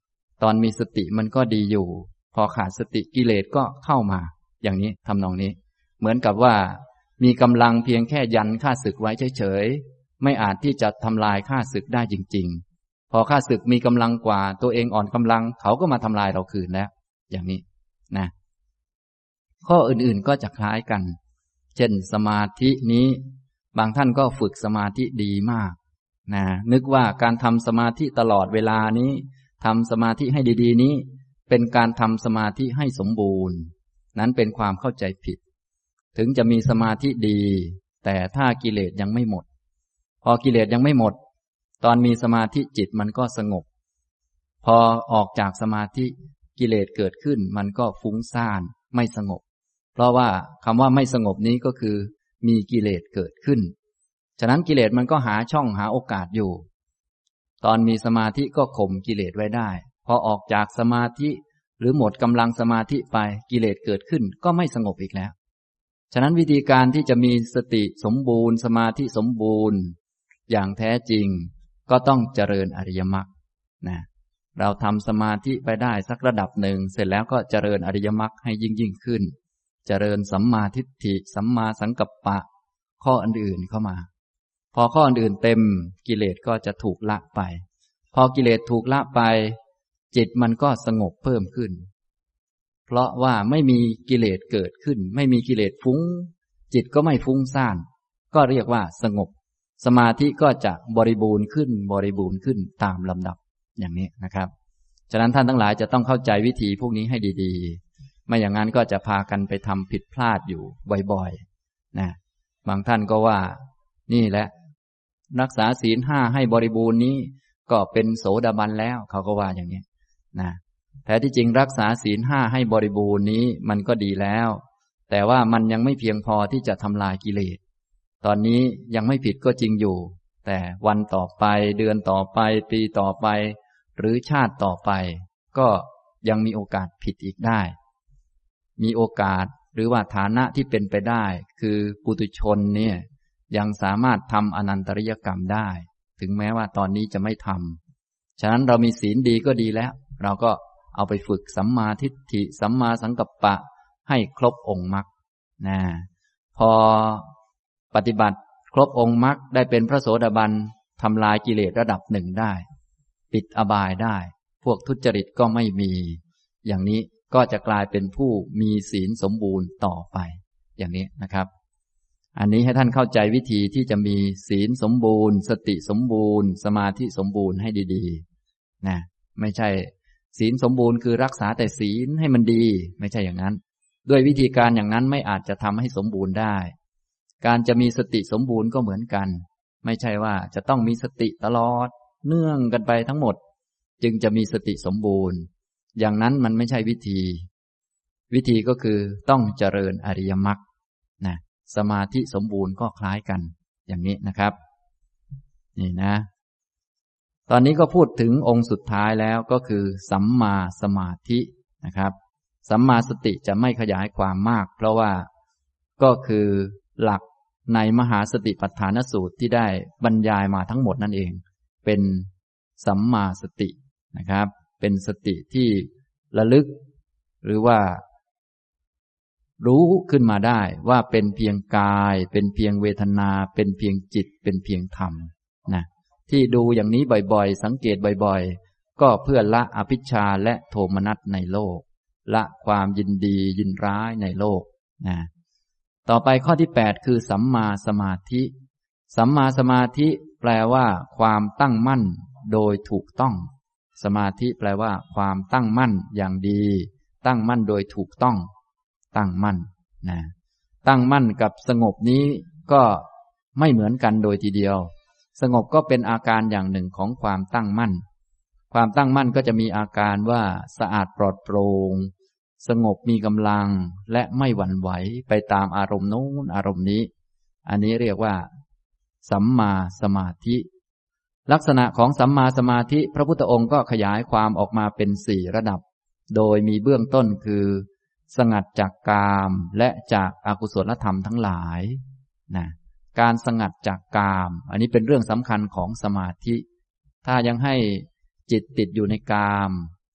ตอนมีสติมันก็ดีอยู่พอขาดสติกิเลสก็เข้ามาอย่างนี้ทำนองนี้เหมือนกับว่ามีกำลังเพียงแค่ยันข้าศึกไว้เฉยๆไม่อาจที่จะทำลายข้าศึกได้จริงๆพอข้าศึกมีกำลังกว่าตัวเองอ่อนกำลังเขาก็มาทำลายเราคืนแล้วอย่างนี้นะข้ออื่นๆก็จะคล้ายกันเช่นสมาธินี้บางท่านก็ฝึกสมาธิดีมากนะนึกว่าการทำสมาธิตลอดเวลานี้ทำสมาธิให้ดีๆนี้เป็นการทำสมาธิให้สมบูรณ์นั้นเป็นความเข้าใจผิดถึงจะมีสมาธิดีแต่ถ้ากิเลสยังไม่หมดพอกิเลสยังไม่หมดตอนมีสมาธิจิตมันก็สงบพอออกจากสมาธิกิเลสเกิดขึ้นมันก็ฟุ้งซ่านไม่สงบเพราะว่าคำว่าไม่สงบนี้ก็คือมีกิเลสเกิดขึ้นฉะนั้นกิเลสมันก็หาช่องหาโอกาสอยู่ตอนมีสมาธิก็ข่มกิเลสไว้ได้พอออกจากสมาธิหรือหมดกำลังสมาธิไปกิเลสเกิดขึ้นก็ไม่สงบอีกแล้วฉะนั้นวิธีการที่จะมีสติสมบูรณ์สมาธิสมบูรณ์อย่างแท้จริงก็ต้องเจริญอริยมรรคนะเราทำสมาธิไปได้สักระดับหนึ่งเสร็จแล้วก็เจริญอริยมรรคให้ยิ่งยิ่งขึ้นเจริญสัมมาทิฏฐิสัมมาสังกัปปะข้ออื่นๆเข้ามาพอข้ออื่นเต็มกิเลสก็จะถูกละไปพอกิเลสถูกละไปจิตมันก็สงบเพิ่มขึ้นเพราะว่าไม่มีกิเลสเกิดขึ้นไม่มีกิเลสฟุ้งจิตก็ไม่ฟุ้งซ่านก็เรียกว่าสงบสมาธิก็จะบริบูรณ์ขึ้นบริบูรณ์ขึ้นตามลำดับอย่างนี้นะครับฉะนั้นท่านทั้งหลายจะต้องเข้าใจวิธีพวกนี้ให้ดีๆไม่อย่างนั้นก็จะพากันไปทำผิดพลาดอยู่บ่อยๆนะบางท่านก็ว่านี่แหละรักษาศีลห้าให้บริบูรณ์นี้ก็เป็นโสดาบันแล้วเขาก็ว่าอย่างนี้นะแต่ที่จริงรักษาศีลห้าให้บริบูรณ์นี้มันก็ดีแล้วแต่ว่ามันยังไม่เพียงพอที่จะทำลายกิเลสตอนนี้ยังไม่ผิดก็จริงอยู่แต่วันต่อไปเดือนต่อไปปีต่อไปหรือชาติต่อไปก็ยังมีโอกาสผิดอีกได้มีโอกาสหรือว่าฐานะที่เป็นไปได้คือปุถุชนเนี่ยยังสามารถทำอนันตริยกรรมได้ถึงแม้ว่าตอนนี้จะไม่ทำฉะนั้นเรามีศีลดีก็ดีแล้วเราก็เอาไปฝึกสัมมาทิฏฐิสัมมาสังกัปปะให้ครบองค์มรรคนะพอปฏิบัติครบองค์มรรคได้เป็นพระโสดาบันทำลายกิเลสระดับหนึ่งได้ปิดอบายได้พวกทุจริตก็ไม่มีอย่างนี้ก็จะกลายเป็นผู้มีศีลสมบูรณ์ต่อไปอย่างนี้นะครับอันนี้ให้ท่านเข้าใจวิธีที่จะมีศีลสมบูรณ์สติสมบูรณ์สมาธิสมบูรณ์ให้ดีๆนะไม่ใช่ศีลสมบูรณ์คือรักษาแต่ศีลให้มันดีไม่ใช่อย่างนั้นด้วยวิธีการอย่างนั้นไม่อาจจะทำให้สมบูรณ์ได้การจะมีสติสมบูรณ์ก็เหมือนกันไม่ใช่ว่าจะต้องมีสติตลอดเนื่องกันไปทั้งหมดจึงจะมีสติสมบูรณ์อย่างนั้นมันไม่ใช่วิธีวิธีก็คือต้องเจริญอริยมรรคนะสมาธิสมบูรณ์ก็คล้ายกันอย่างนี้นะครับนี่นะตอนนี้ก็พูดถึงองค์สุดท้ายแล้วก็คือสัมมาสมาธินะครับสัมมาสติจะไม่ขยายความมากเพราะว่าก็คือหลักในมหาสติปัฏฐานสูตรที่ได้บรรยายมาทั้งหมดนั่นเองเป็นสัมมาสตินะครับเป็นสติที่ระลึกหรือว่ารู้ขึ้นมาได้ว่าเป็นเพียงกายเป็นเพียงเวทนาเป็นเพียงจิตเป็นเพียงธรรมนะที่ดูอย่างนี้บ่อยๆสังเกตบ่อยๆก็เพื่อละอภิชฌาและโทมนัสในโลกละความยินดียินร้ายในโลกนะต่อไปข้อที่แปดคือสัมมาสมาธิสัมมาสมาธิแปลว่าความตั้งมั่นโดยถูกต้องสมาธิแปลว่าความตั้งมั่นอย่างดีตั้งมั่นโดยถูกต้องตั้งมั่นนะตั้งมั่นกับสงบนี้ก็ไม่เหมือนกันโดยทีเดียวสงบก็เป็นอาการอย่างหนึ่งของความตั้งมั่นความตั้งมั่นก็จะมีอาการว่าสะอาดปลอดโปร่งสงบมีกำลังและไม่หวั่นไหวไปตามอารมณ์โน้นอารมณ์นี้อันนี้เรียกว่าสัมมาสมาธิลักษณะของสัมมาสมาธิพระพุทธองค์ก็ขยายความออกมาเป็นสี่ระดับโดยมีเบื้องต้นคือสงัดจากกามและจากอกุศลธรรมทั้งหลายนะการสงัดจากกามอันนี้เป็นเรื่องสำคัญของสมาธิถ้ายังให้จิตติดอยู่ในกาม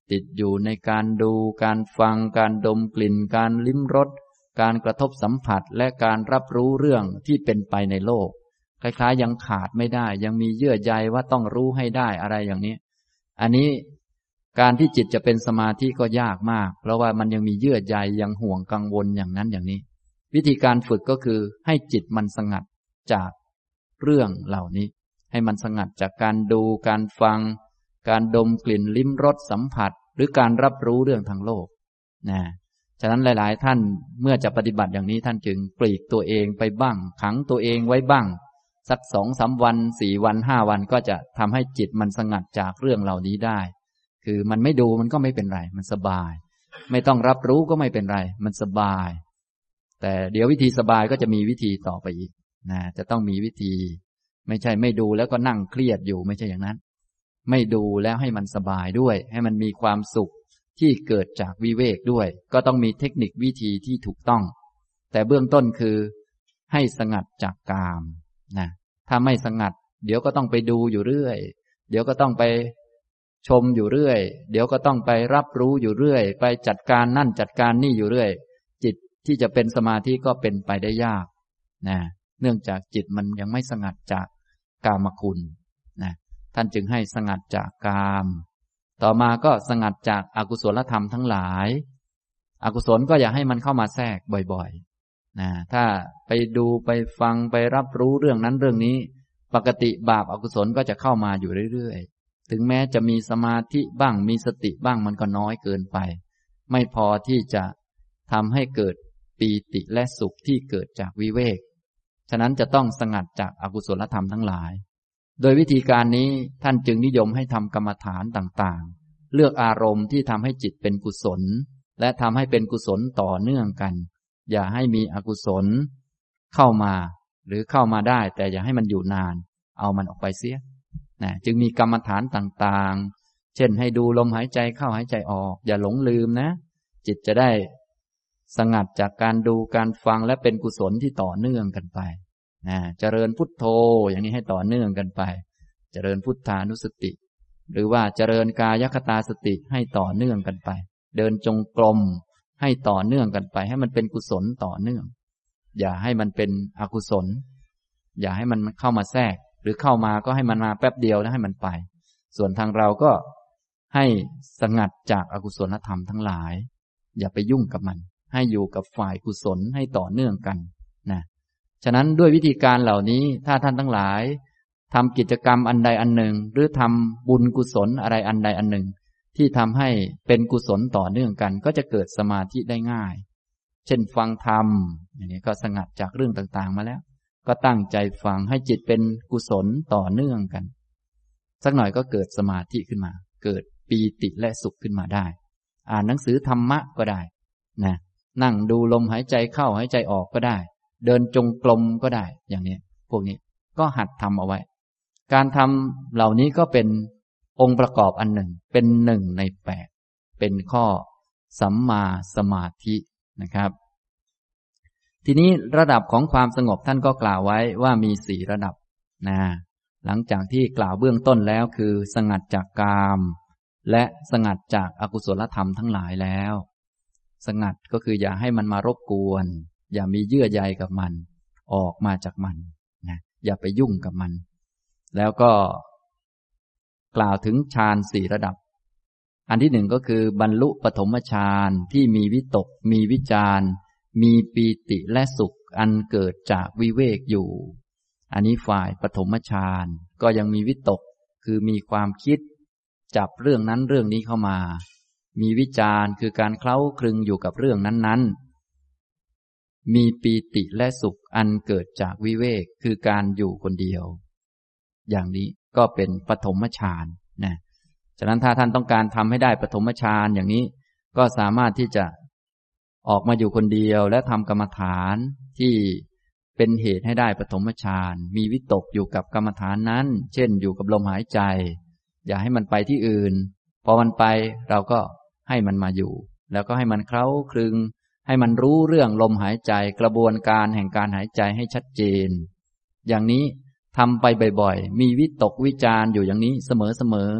ติดอยู่ในการดูการฟังการดมกลิ่นการลิ้มรสการกระทบสัมผัสและการรับรู้เรื่องที่เป็นไปในโลกคล้ายๆยังขาดไม่ได้ยังมีเยื่อใยว่าต้องรู้ให้ได้อะไรอย่างนี้อันนี้การที่จิตจะเป็นสมาธิก็ยากมากเพราะว่ามันยังมีเยื่อใยยังห่วงกังวลอย่างนั้นอย่างนี้วิธีการฝึกก็คือให้จิตมันสงัดจากเรื่องเหล่านี้ให้มันสงัดจากการดูการฟังการดมกลิ่นลิ้มรสสัมผัสหรือการรับรู้เรื่องทางโลกนะฉะนั้นหลายๆท่านเมื่อจะปฏิบัติอย่างนี้ท่านจึงปลีกตัวเองไปบ้างขังตัวเองไว้บ้างสักสองสามวันสี่วันห้าวันก็จะทำให้จิตมันสงัดจากเรื่องเหล่านี้ได้คือมันไม่ดูมันก็ไม่เป็นไรมันสบายไม่ต้องรับรู้ก็ไม่เป็นไรมันสบายแต่เดี๋ยววิธีสบายก็จะมีวิธีต่อไปอีกนะจะต้องมีวิธีไม่ใช่ไม่ดูแล้วก็นั่งเครียดอยู่ไม่ใช่อย่างนั้นไม่ดูแล้วให้มันสบายด้วยให้มันมีความสุขที่เกิดจากวิเวกด้วยก็ต้องมีเทคนิควิธีที่ถูกต้องแต่เบื้องต้นคือให้สงัดจากกามนะถ้าไม่สงัดเดี๋ยวก็ต้องไปดูอยู่เรื่อยเดี๋ยวก็ต้องไปชมอยู่เรื่อยเดี๋ยวก็ต้องไปรับรู้อยู่เรื่อยไปจัดการนั่นจัดการนี่อยู่เรื่อยจิตที่จะเป็นสมาธิก็เป็นไปได้ยากนะเนื่องจากจิตมันยังไม่สงัดจากกามคุณนะท่านจึงให้สงัดจากกามต่อมาก็สงัดจากอกุศลธรรมทั้งหลายอกุศลก็อย่าให้มันเข้ามาแทรกบ่อยๆนะถ้าไปดูไปฟังไปรับรู้เรื่องนั้นเรื่องนี้ปกติบาปอกุศลก็จะเข้ามาอยู่เรื่อยๆถึงแม้จะมีสมาธิบ้างมีสติบ้างมันก็น้อยเกินไปไม่พอที่จะทำให้เกิดปีติและสุขที่เกิดจากวิเวกฉะนั้นจะต้องสงัดจากอกุศลธรรมทั้งหลายโดยวิธีการนี้ท่านจึงนิยมให้ทำกรรมฐานต่างๆเลือกอารมณ์ที่ทำให้จิตเป็นกุศลและทำให้เป็นกุศลต่อเนื่องกันอย่าให้มีอกุศลเข้ามาหรือเข้ามาได้แต่อย่าให้มันอยู่นานเอามันออกไปเสียนะจึงมีกรรมฐานต่างๆเช่นให้ดูลมหายใจเข้าหายใจออกอย่าหลงลืมนะจิตจะได้สงัดจากการดูการฟังและเป็นกุศลที่ต่อเนื่องกันไปนะเจริญพุทโธอย่างนี้ให้ต่อเนื่องกันไปเจริญพุทธานุสติหรือว่าเจริญกายคตาสติให้ต่อเนื่องกันไปเดินจงกรมให้ต่อเนื่องกันไปให้มันเป็นกุศลต่อเนื่องอย่าให้มันเป็นอกุศลอย่าให้มันเข้ามาแทรกหรือเข้ามาก็ให้มันมาแป๊บเดียวแล้วให้มันไปส่วนทางเราก็ให้สงัดจากอกุศลธรรมทั้งหลายอย่าไปยุ่งกับมันให้อยู่กับฝ่ายกุศลให้ต่อเนื่องกันนะฉะนั้นด้วยวิธีการเหล่านี้ถ้าท่านทั้งหลายทำกิจกรรมอันใดอันหนึ่งหรือทำบุญกุศลอะไรอันใดอันหนึ่งที่ทำให้เป็นกุศลต่อเนื่องกันก็จะเกิดสมาธิได้ง่ายเช่นฟังธรรมอย่างนี้ก็สงัดจากเรื่องต่างๆมาแล้วก็ตั้งใจฟังให้จิตเป็นกุศลต่อเนื่องกันสักหน่อยก็เกิดสมาธิขึ้นมาเกิดปีติและสุขขึ้นมาได้อ่านหนังสือธรรมะก็ได้นะนั่งดูลมหายใจเข้าหายใจออกก็ได้เดินจงกรมก็ได้อย่างนี้พวกนี้ก็หัดทำเอาไว้การทำเหล่านี้ก็เป็นองค์ประกอบอันหนึ่งเป็นหนึ่งในแปดเป็นข้อสัมมาสมาธินะครับทีนี้ระดับของความสงบท่านก็กล่าวไว้ว่ามีสี่ระดับนะหลังจากที่กล่าวเบื้องต้นแล้วคือสงัดจากกามและสงัดจากอกุศลธรรมทั้งหลายแล้วสงัดก็คืออย่าให้มันมารบกวนอย่ามีเยื่อใยกับมันออกมาจากมันนะอย่าไปยุ่งกับมันแล้วก็กล่าวถึงฌานสี่ระดับอันที่หนึ่งก็คือบรรลุปฐมฌานที่มีวิตกมีวิจารมีปีติและสุขอันเกิดจากวิเวกอยู่อันนี้ฝ่ายปฐมฌานก็ยังมีวิตกคือมีความคิดจับเรื่องนั้นเรื่องนี้เข้ามามีวิจารคือการเคล้าคลึงอยู่กับเรื่องนั้นๆมีปีติและสุขอันเกิดจากวิเวกคือการอยู่คนเดียวอย่างนี้ก็เป็นปฐมฌานนะฉะนั้นถ้าท่านต้องการทำให้ได้ปฐมฌานอย่างนี้ก็สามารถที่จะออกมาอยู่คนเดียวและทำกรรมฐานที่เป็นเหตุให้ได้ปฐมฌานมีวิตกอยู่กับกรรมฐานนั้นเช่นอยู่กับลมหายใจอย่าให้มันไปที่อื่นพอมันไปเราก็ให้มันมาอยู่แล้วก็ให้มันเคล้าคลึงให้มันรู้เรื่องลมหายใจกระบวนการแห่งการหายใจให้ชัดเจนอย่างนี้ทำไปบ่อยๆมีวิตกวิจารอยู่อย่างนี้เสมอ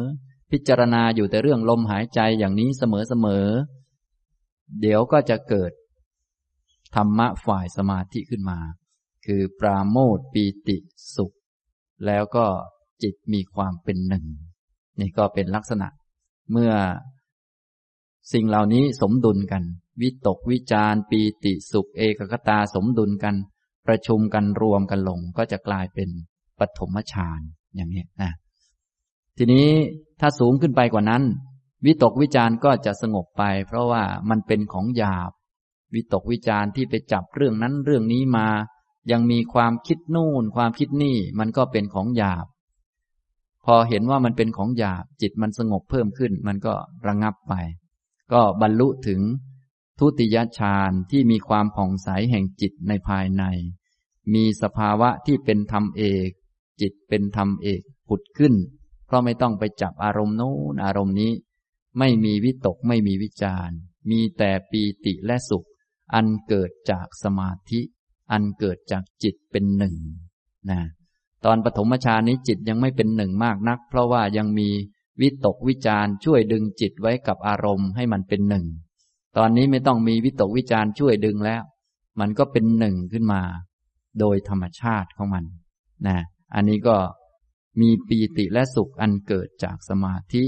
พิจารณาอยู่แต่เรื่องลมหายใจอย่างนี้เสมอๆเดี๋ยวก็จะเกิดธรรมะฝ่ายสมาธิขึ้นมาคือปราโมทย์ปีติสุขแล้วก็จิตมีความเป็นหนึ่งนี่ก็เป็นลักษณะเมื่อสิ่งเหล่านี้สมดุลกันวิตกวิจารปีติสุขเอกคตาสมดุลกันประชุมกันรวมกันลงก็จะกลายเป็นปฐมฌานอย่างนี้นะทีนี้ถ้าสูงขึ้นไปกว่านั้นวิตกวิจารก็จะสงบไปเพราะว่ามันเป็นของหยาบวิตกวิจารที่ไปจับเรื่องนั้นเรื่องนี้มายังมีความคิดนู่นความคิดนี่มันก็เป็นของหยาบพอเห็นว่ามันเป็นของหยาบจิตมันสงบเพิ่มขึ้นมันก็ระงับไปก็บรรลุถึงทุติยฌานที่มีความผ่องใสแห่งจิตในภายในมีสภาวะที่เป็นธรรมเอกจิตเป็นธรรมเอกผุดขึ้นเพราะไม่ต้องไปจับอารมณ์โน้นอารมณ์นี้ไม่มีวิตกไม่มีวิจารมีแต่ปีติและสุขอันเกิดจากสมาธิอันเกิดจากจิตเป็นหนึ่งนะตอนปฐมฌานนี้จิตยังไม่เป็นหนึ่งมากนักเพราะว่ายังมีวิตกวิจารช่วยดึงจิตไว้กับอารมณ์ให้มันเป็นหนึ่งตอนนี้ไม่ต้องมีวิตกวิจารช่วยดึงแล้วมันก็เป็นหนึ่งขึ้นมาโดยธรรมชาติของมันนะอันนี้ก็มีปีติและสุขอันเกิดจากสมาธิ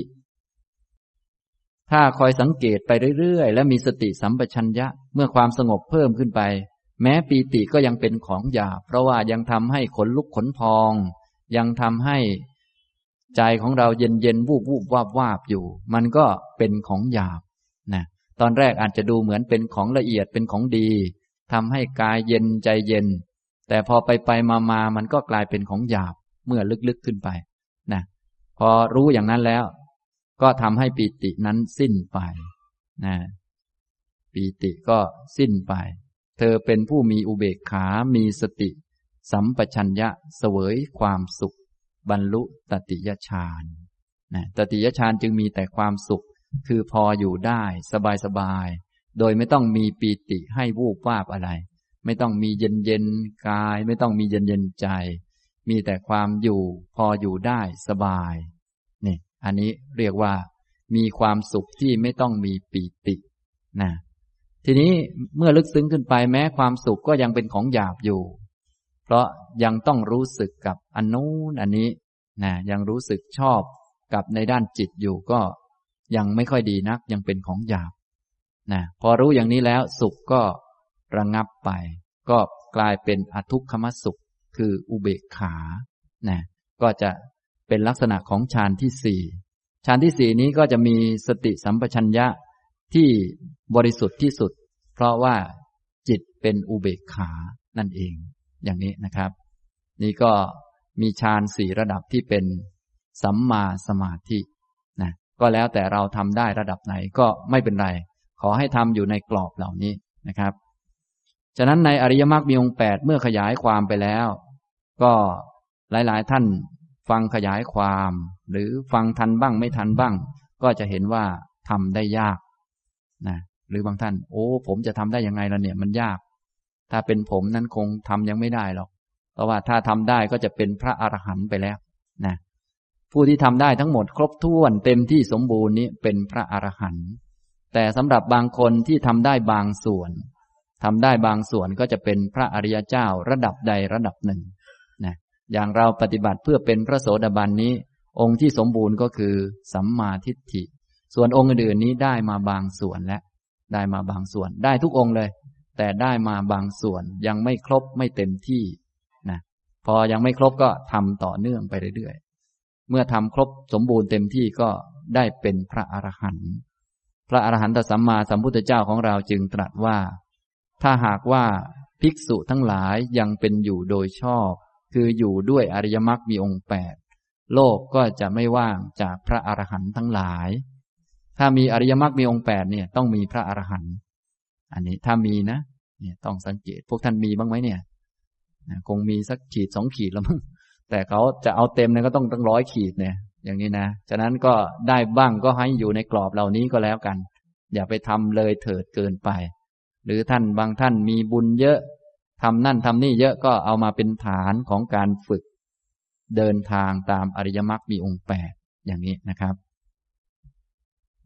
ถ้าคอยสังเกตไปเรื่อยๆและมีสติสัมปชัญญะเมื่อความสงบเพิ่มขึ้นไปแม้ปีติก็ยังเป็นของหยาบเพราะว่ายังทำให้ขนลุกขนพองยังทำให้ใจของเราเย็นเย็นวูบวูบวาบวาบอยู่มันก็เป็นของหยาบนะตอนแรกอาจจะดูเหมือนเป็นของละเอียดเป็นของดีทำให้กายเย็นใจเย็นแต่พอไปไปมามามันก็กลายเป็นของหยาบเมื่อลึกๆขึ้นไปนะพอรู้อย่างนั้นแล้วก็ทำให้ปีตินั้นสิ้นไปนะปีติก็สิ้นไปเธอเป็นผู้มีอุเบกขามีสติสัมปชัญญะเสวยความสุขบรรลุตติยฌานนะตติยฌานจึงมีแต่ความสุขคือพออยู่ได้สบายๆโดยไม่ต้องมีปีติให้วูบวาบอะไรไม่ต้องมีเย็นเย็นกายไม่ต้องมีเย็นเย็นใจมีแต่ความอยู่พออยู่ได้สบายนี่อันนี้เรียกว่ามีความสุขที่ไม่ต้องมีปีตินะทีนี้เมื่อลึกซึ้งขึ้นไปแม้ความสุขก็ยังเป็นของหยาบอยู่เพราะยังต้องรู้สึกกับอันนู้นอันนี้นะยังรู้สึกชอบกับในด้านจิตอยู่ก็ยังไม่ค่อยดีนักยังเป็นของหยาบนะพอรู้อย่างนี้แล้วสุขก็ระงับไปก็กลายเป็นอทุกขมสุขคืออุเบกขานะก็จะเป็นลักษณะของฌานที่สี่ฌานที่สี่นี้ก็จะมีสติสัมปชัญญะที่บริสุทธิ์ที่สุดเพราะว่าจิตเป็นอุเบกขานั่นเองอย่างนี้นะครับนี่ก็มีฌานสี่ระดับที่เป็นสัมมาสมาธินะก็แล้วแต่เราทำได้ระดับไหนก็ไม่เป็นไรขอให้ทำอยู่ในกรอบเหล่านี้นะครับฉะนั้นในอริยมรรคมีองค์แปดเมื่อขยายความไปแล้วก็หลายๆท่านฟังขยายความหรือฟังทันบ้างไม่ทันบ้างก็จะเห็นว่าทำได้ยากนะหรือบางท่านโอ้ผมจะทำได้ยังไงล่ะเนี่ยมันยากถ้าเป็นผมนั้นคงทำยังไม่ได้หรอกเพราะว่าถ้าทำได้ก็จะเป็นพระอรหันต์ไปแล้วนะผู้ที่ทำได้ทั้งหมดครบถ้วนเต็มที่สมบูรณ์นี้เป็นพระอรหันต์แต่สำหรับบางคนที่ทำได้บางส่วนทำได้บางส่วนก็จะเป็นพระอริยเจ้าระดับใดระดับหนึ่งนะอย่างเราปฏิบัติเพื่อเป็นพระโสดาบันนี้องค์ที่สมบูรณ์ก็คือสัมมาทิฏฐิส่วนองค์อื่นๆนี้ได้มาบางส่วนและได้มาบางส่วนได้ทุกองค์เลยแต่ได้มาบางส่วนยังไม่ครบไม่เต็มที่นะพอยังไม่ครบก็ทำต่อเนื่องไปเรื่อยๆเมื่อทำครบสมบูรณ์เต็มที่ก็ได้เป็นพระอรหันต์พระอรหันตสัมมาสัมพุทธเจ้าของเราจึงตรัสว่าถ้าหากว่าภิกษุทั้งหลายยังเป็นอยู่โดยชอบคืออยู่ด้วยอริยมรรคมีองค์แปดโลกก็จะไม่ว่างจากพระอรหันต์ทั้งหลายถ้ามีอริยมรรคมีองค์แปดเนี่ยต้องมีพระอรหันต์อันนี้ถ้ามีนะเนี่ยต้องสังเกตพวกท่านมีบ้างไหมเนี่ยคงมีสักขีดสองขีดแล้วมั้งแต่เขาจะเอาเต็มเนี่ยก็ต้องตั้งร้อยขีดเนี่ยอย่างนี้นะฉะนั้นก็ได้บ้างก็ให้อยู่ในกรอบเหล่านี้ก็แล้วกันอย่าไปทำเลยเถิดเกินไปหรือท่านบางท่านมีบุญเยอะทำนั่นทำนี่เยอะก็เอามาเป็นฐานของการฝึกเดินทางตามอริยมรรคมีองค์แปดอย่างนี้นะครับ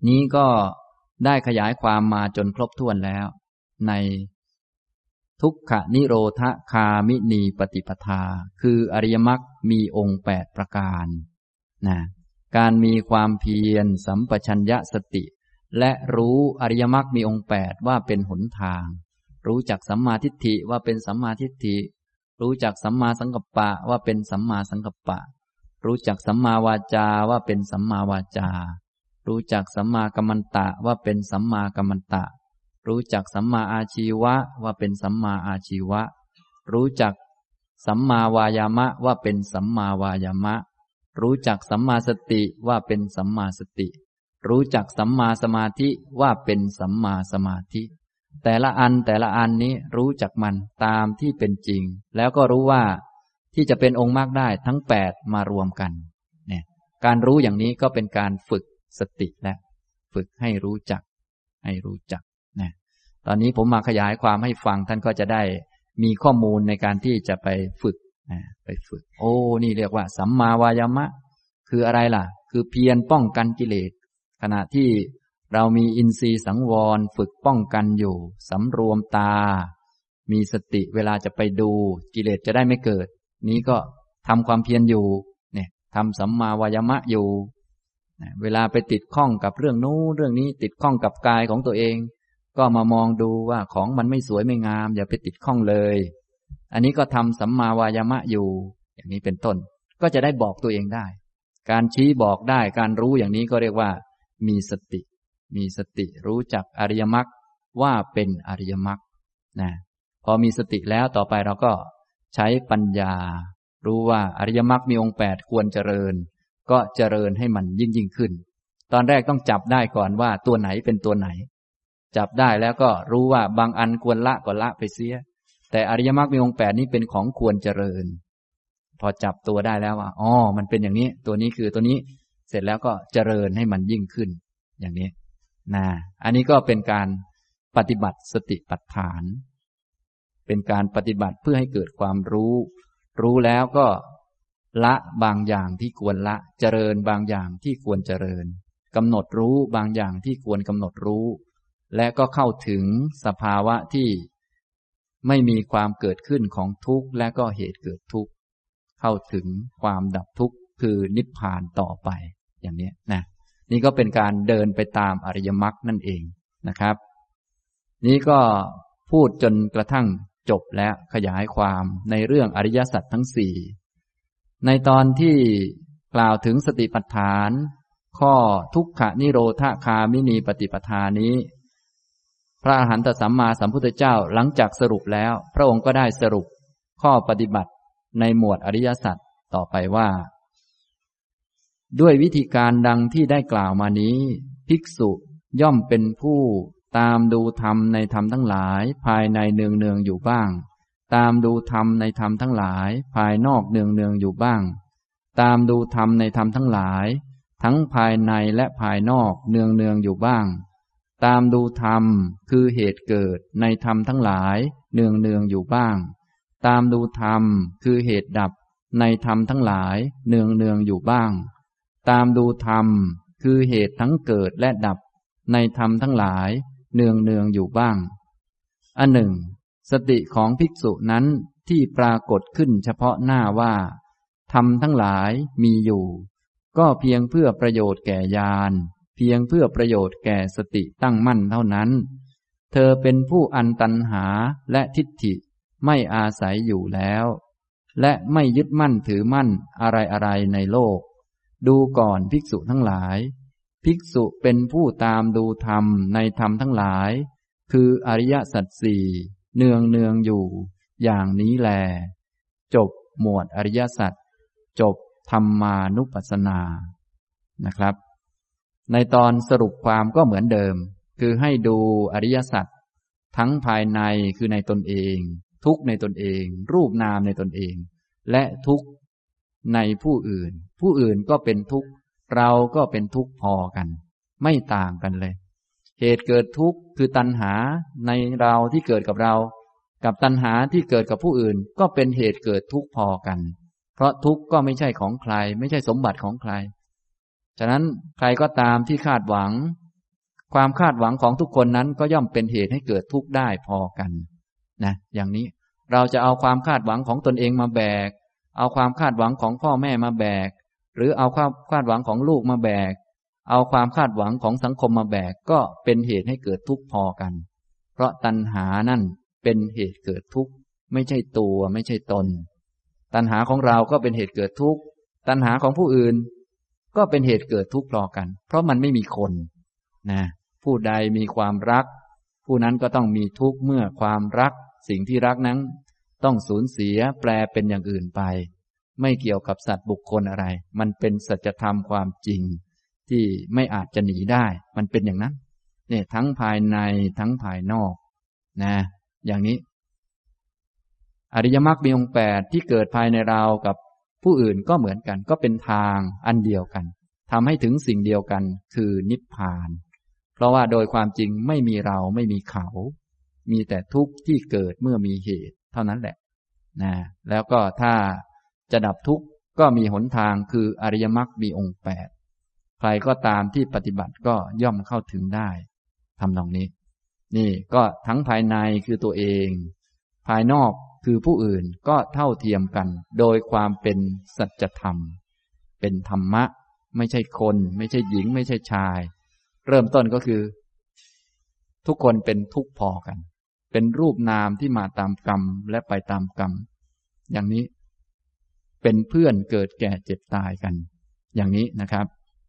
นี้ก็ได้ขยายความมาจนครบถ้วนแล้วในทุกขนิโรธคามินีปฏิปทาคืออริยมรรคมีองค์แปดประการนะการมีความเพียรสัมปชัญญะสติและรู้อริยมรรคมีองค์แปดว่าเป็นหนทางรู้จักสัมมาทิฏฐิว่าเป็นสัมมาทิฏฐิรู้จักสัมมาสังกัปปะว่าเป็นสัมมาสังกัปปะรู้จักสัมมาวาจาว่าเป็นสัมมาวาจารู้จักสัมมากัมมันตะว่าเป็นสัมมากัมมันตะรู้จักสัมมาอาชีวะว่าเป็นสัมมาอาชีวะรู้จักสัมมาวายามะว่าเป็นสัมมาวายามะรู้จักสัมมาสติว่าเป็นสัมมาสติรู้จักสัมมาสมาธิว่าเป็นสัมมาสมาธิแต่ละอันแต่ละอันนี้รู้จักมันตามที่เป็นจริงแล้วก็รู้ว่าที่จะเป็นองค์มรรคได้ทั้งแปดมารวมกันเนี่ยการรู้อย่างนี้ก็เป็นการฝึกสติและฝึกให้รู้จักให้รู้จักนะตอนนี้ผมมาขยายความให้ฟังท่านก็จะได้มีข้อมูลในการที่จะไปฝึกนะไปฝึกโอ้นี่เรียกว่าสัมมาวายามะคืออะไรล่ะคือเพียรป้องกันกิเลสขณะที่เรามีอินทรีย์สังวรฝึกป้องกันอยู่สำรวมตามีสติเวลาจะไปดูกิเลสจะได้ไม่เกิดนี้ก็ทำความเพียรอยู่เนี่ยทำสัมมาวายามะอยู่เวลาไปติดข้องกับเรื่องนู้นเรื่องนี้ติดข้องกับกายของตัวเองก็มามองดูว่าของมันไม่สวยไม่งามอย่าไปติดข้องเลยอันนี้ก็ทำสัมมาวายามะอยู่อย่างนี้เป็นต้นก็จะได้บอกตัวเองได้การชี้บอกได้การรู้อย่างนี้ก็เรียกว่ามีสติมีสติรู้จักอริยมรรคว่าเป็นอริยมรรคนะพอมีสติแล้วต่อไปเราก็ใช้ปัญญารู้ว่าอริยมรรคมีองค์แปดควรเจริญก็เจริญให้มันยิ่งยิ่งขึ้นตอนแรกต้องจับได้ก่อนว่าตัวไหนเป็นตัวไหนจับได้แล้วก็รู้ว่าบางอันควรละก็ละไปเสียแต่อริยมรรคมีองค์แปดนี้เป็นของควรเจริญพอจับตัวได้แล้วว่าอ๋อมันเป็นอย่างนี้ตัวนี้คือตัวนี้เสร็จแล้วก็เจริญให้มันยิ่งขึ้นอย่างนี้นะอันนี้ก็เป็นการปฏิบัติสติปัฏฐานเป็นการปฏิบัติเพื่อให้เกิดความรู้รู้แล้วก็ละบางอย่างที่ควรละเจริญบางอย่างที่ควรเจริญกำหนดรู้บางอย่างที่ควรกำหนดรู้และก็เข้าถึงสภาวะที่ไม่มีความเกิดขึ้นของทุกข์และก็เหตุเกิดทุกข์เข้าถึงความดับทุกข์คือนิพพานต่อไปอย่างนี้นะนี่ก็เป็นการเดินไปตามอริยมรรคนั่นเองนะครับนี้ก็พูดจนกระทั่งจบและขยายความในเรื่องอริยสัจทั้งสี่ในตอนที่กล่าวถึงสติปัฏฐานข้อทุกขนิโรธคามินีปฏิปทานี้พระอรหันตสัมมาสัมพุทธเจ้าหลังจากสรุปแล้วพระองค์ก็ได้สรุปข้อปฏิบัติในหมวดอริยสัจต่อไปว่าด้วยวิธีการดังที่ได้กล่าวมานี้ภิกษุย่อมเป็นผู้ตามดูธรรมในธรรมทั้งหลายภายในเนืองเนืองอยู่บ้างตามดูธรรมในธรรมทั้งหลายภายนอกเนืองเนืองอยู่บ้างตามดูธรรมในธรรมทั้งหลายทั้งภายในและภายนอกเนืองเนืองอยู่บ้างตามดูธรรมคือเหตุเกิดในธรรมทั้งหลายเนืองเนืองอยู่บ้างตามดูธรรมคือเหตุดับในธรรมทั้งหลายเนืองเนืองอยู่บ้างตามดูธรรมคือเหตุทั้งเกิดและดับในธรรมทั้งหลายเนืองเนืองอยู่บ้างอันหนึ่งสติของภิกษุนั้นที่ปรากฏขึ้นเฉพาะหน้าว่าธรรมทั้งหลายมีอยู่ก็เพียงเพื่อประโยชน์แก่ญาณเพียงเพื่อประโยชน์แก่สติตั้งมั่นเท่านั้นเธอเป็นผู้อันตัณหาและทิฏฐิไม่อาศัยอยู่แล้วและไม่ยึดมั่นถือมั่นอะไรอะไรในโลกดูก่อนภิกษุทั้งหลายภิกษุเป็นผู้ตามดูธรรมในธรรมทั้งหลายคืออริยสัจสี่เนืองเนืองอยู่อย่างนี้แลจบหมวดอริยสัจจบธรรมานุปัสสนานะครับในตอนสรุปความก็เหมือนเดิมคือให้ดูอริยสัจทั้งภายในคือในตนเองทุกข์ในตนเองรูปนามในตนเองและทุกข์ในผู้อื่นผู้อื่นก็เป็นทุกข์เราก็เป็นทุกข์พอกันไม่ต่างกันเลยเหตุเกิดทุกข์คือตัณหาในเราที่เกิดกับเรากับตัณหาที่เกิดกับผู้อื่นก็เป็นเหตุเกิดทุกข์พอกันเพราะทุกข์ก็ไม่ใช่ของใครไม่ใช่สมบัติของใครฉะนั้นใครก็ตามที่คาดหวังความคาดหวังของทุกคนนั้นก็ย่อมเป็นเหตุให้เกิดทุกข์ได้พอกันนะอย่างนี้เราจะเอาความคาดหวังของตนเองมาแบกเอาความคาดหวังของพ่อแม่มาแบกหรือเอาความคาดหวังของลูกมาแบกเอาความคาดหวังของสังคมมาแบกก็เป็นเหตุให้เกิดทุกข์พอกันเพราะตัณหานั่นเป็นเหตุเกิดทุกข์ไม่ใช่ตัวไม่ใช่ตนตัณหาของเราก็เป็นเหตุเกิดทุกข์ตัณหาของผู้อื่นก็เป็นเหตุเกิดทุกข์พอกันเพราะมันไม่มีคนนะผู้ใดมีความรักผู้นั้นก็ต้องมีทุกข์เมื่อความรักสิ่งที่รักนั้นต้องสูญเสียแปลเป็นอย่างอื่นไปไม่เกี่ยวกับสัตว์บุคคลอะไรมันเป็นสัจธรรมความจริงที่ไม่อาจจะหนีได้มันเป็นอย่างนั้นเนี่ยทั้งภายในทั้งภายนอกนะอย่างนี้อริยมรรคมีองค์แปดที่เกิดภายในเรากับผู้อื่นก็เหมือนกันก็เป็นทางอันเดียวกันทำให้ถึงสิ่งเดียวกันคือนิพพานเพราะว่าโดยความจริงไม่มีเราไม่มีเขามีแต่ทุกข์ที่เกิดเมื่อมีเหตุเท่านั้นแหละนะแล้วก็ถ้าจะดับทุกข์ก็มีหนทางคืออริยมรรคมีองค์แปดใครก็ตามที่ปฏิบัติก็ย่อมเข้าถึงได้ทำนองนี้นี่ก็ทั้งภายในคือตัวเองภายนอกคือผู้อื่นก็เท่าเทียมกันโดยความเป็นสัจธรรมเป็นธรรมะไม่ใช่คนไม่ใช่หญิงไม่ใช่ชายเริ่มต้นก็คือทุกคนเป็นทุกข์พอกันเป็นรูปนามที่มาตามกรรมและไปตามกรรมอย่างนี้เป็นเพื่อนเกิดแก่เจ็บตายกันอย่างนี้นะครับ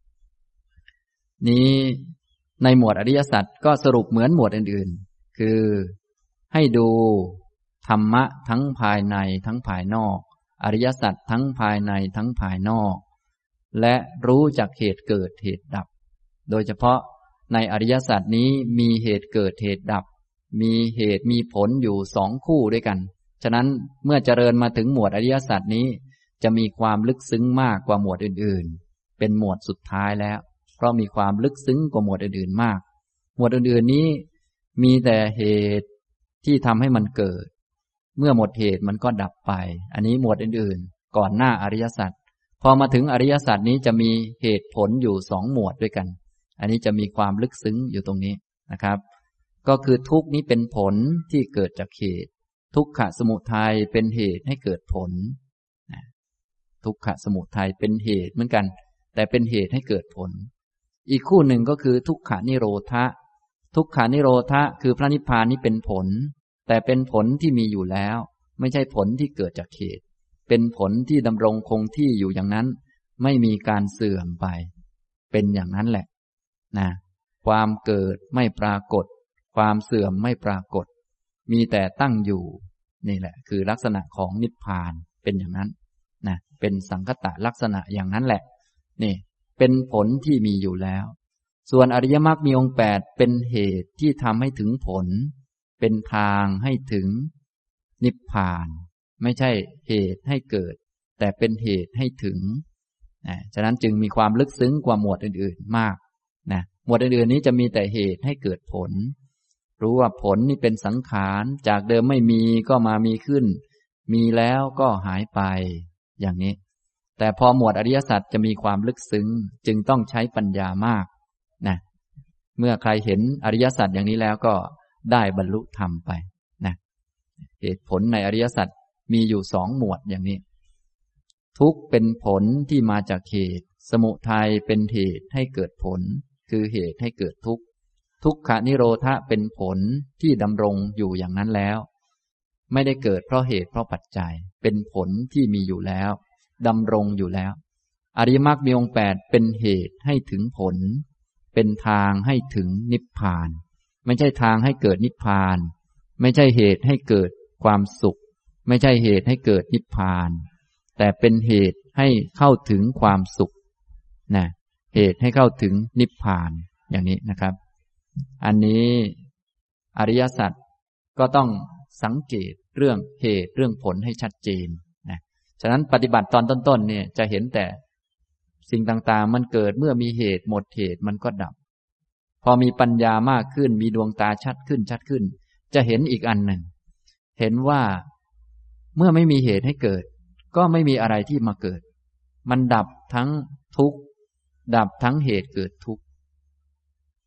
นี้ในหมวดอริยสัจก็สรุปเหมือนหมวดอื่นๆคือให้ดูธรรมะทั้งภายในทั้งภายนอกอริยสัจทั้งภายในทั้งภายนอกและรู้จักเหตุเกิดเหตุดับโดยเฉพาะในอริยสัจนี้มีเหตุเกิดเหตุดับมีเหตุมีผลอยู่สองคู่ด้วยกันฉะนั้นเมื่อเจริญมาถึงหมวดอริยสัจนี้จะมีความลึกซึ้งมากกว่าหมวดอื่นๆเป็นหมวดสุดท้ายแล้วเพราะมีความลึกซึ้งกว่าหมวดอื่นๆมากหมวดอื่นๆนี้มีแต่เหตุที่ทำให้มันเกิดเมื่อหมดเหตุมันก็ดับไปอันนี้หมวดอื่นๆก่อนหน้าอริยสัจพอมาถึงอริยสัจนี้จะมีเหตุผลอยู่สองหมวดด้วยกันอันนี้จะมีความลึกซึ้งอยู่ตรงนี้นะครับก็คือทุกข์นี้เป็นผลที่เกิดจากเหตุทุกขสมุทัยเป็นเหตุให้เกิดผลทุกขสมุทัยเป็นเหตุเหมือนกันแต่เป็นเหตุให้เกิดผลอีกคู่หนึ่งก็คือทุกขานิโรธะทุกขานิโรธะคือพระนิพพานนี้เป็นผลแต่เป็นผลที่มีอยู่แล้วไม่ใช่ผลที่เกิดจากเหตุเป็นผลที่ดำรงคงที่อยู่อย่างนั้นไม่มีการเสื่อมไปเป็นอย่างนั้นแหละนะความเกิดไม่ปรากฏความเสื่อมไม่ปรากฏมีแต่ตั้งอยู่นี่แหละคือลักษณะของนิพพานเป็นอย่างนั้นนะเป็นสังคตะลักษณะอย่างนั้นแหละนี่เป็นผลที่มีอยู่แล้วส่วนอริยมรรคมีองค์แปดเป็นเหตุที่ทำให้ถึงผลเป็นทางให้ถึงนิพพานไม่ใช่เหตุให้เกิดแต่เป็นเหตุให้ถึงนะฉะนั้นจึงมีความลึกซึ้งกว่าหมวดอื่นๆมากนะหมวดอื่นๆนี้จะมีแต่เหตุให้เกิดผลรู้ว่าผลนี่เป็นสังขารจากเดิมไม่มีก็มามีขึ้นมีแล้วก็หายไปอย่างนี้แต่พอหมวดอริยสัจจะมีความลึกซึ้งจึงต้องใช้ปัญญามากนะเมื่อใครเห็นอริยสัจอย่างนี้แล้วก็ได้บรรลุธรรมไปนะเหตุผลในอริยสัจมีอยู่สองหมวดอย่างนี้ทุกข์เป็นผลที่มาจากเหตุสมุทัยเป็นเหตุให้เกิดผลคือเหตุให้เกิดทุกข์ทุกขานิโรธะเป็นผลที่ดำรงอยู่อย่างนั้นแล้วไม่ได้เกิดเพราะเหตุเพราะปัจจัยเป็นผลที่มีอยู่แล้วดำรงอยู่แล้วอริยมรรคมีองค์แปดเป็นเหตุให้ถึงผลเป็นทางให้ถึงนิพพานไม่ใช่ทางให้เกิดนิพพานไม่ใช่เหตุให้เกิดความสุขไม่ใช่เหตุให้เกิดนิพพานแต่เป็นเหตุให้เข้าถึงความสุขนะเหตุให้เข้าถึงนิพพานอย่างนี้นะครับอันนี้อริยสัจก็ต้องสังเกตเรื่องเหตุเรื่องผลให้ชัดเจนนะฉะนั้นปฏิบัติตอนต้นๆเนี่ยจะเห็นแต่สิ่งต่างๆมันเกิดเมื่อมีเหตุหมดเหตุมันก็ดับพอมีปัญญามากขึ้นมีดวงตาชัดขึ้นชัดขึ้นจะเห็นอีกอันหนึ่งเห็นว่าเมื่อไม่มีเหตุให้เกิดก็ไม่มีอะไรที่มาเกิดมันดับทั้งทุกข์ดับทั้งเหตุเกิดทุกข์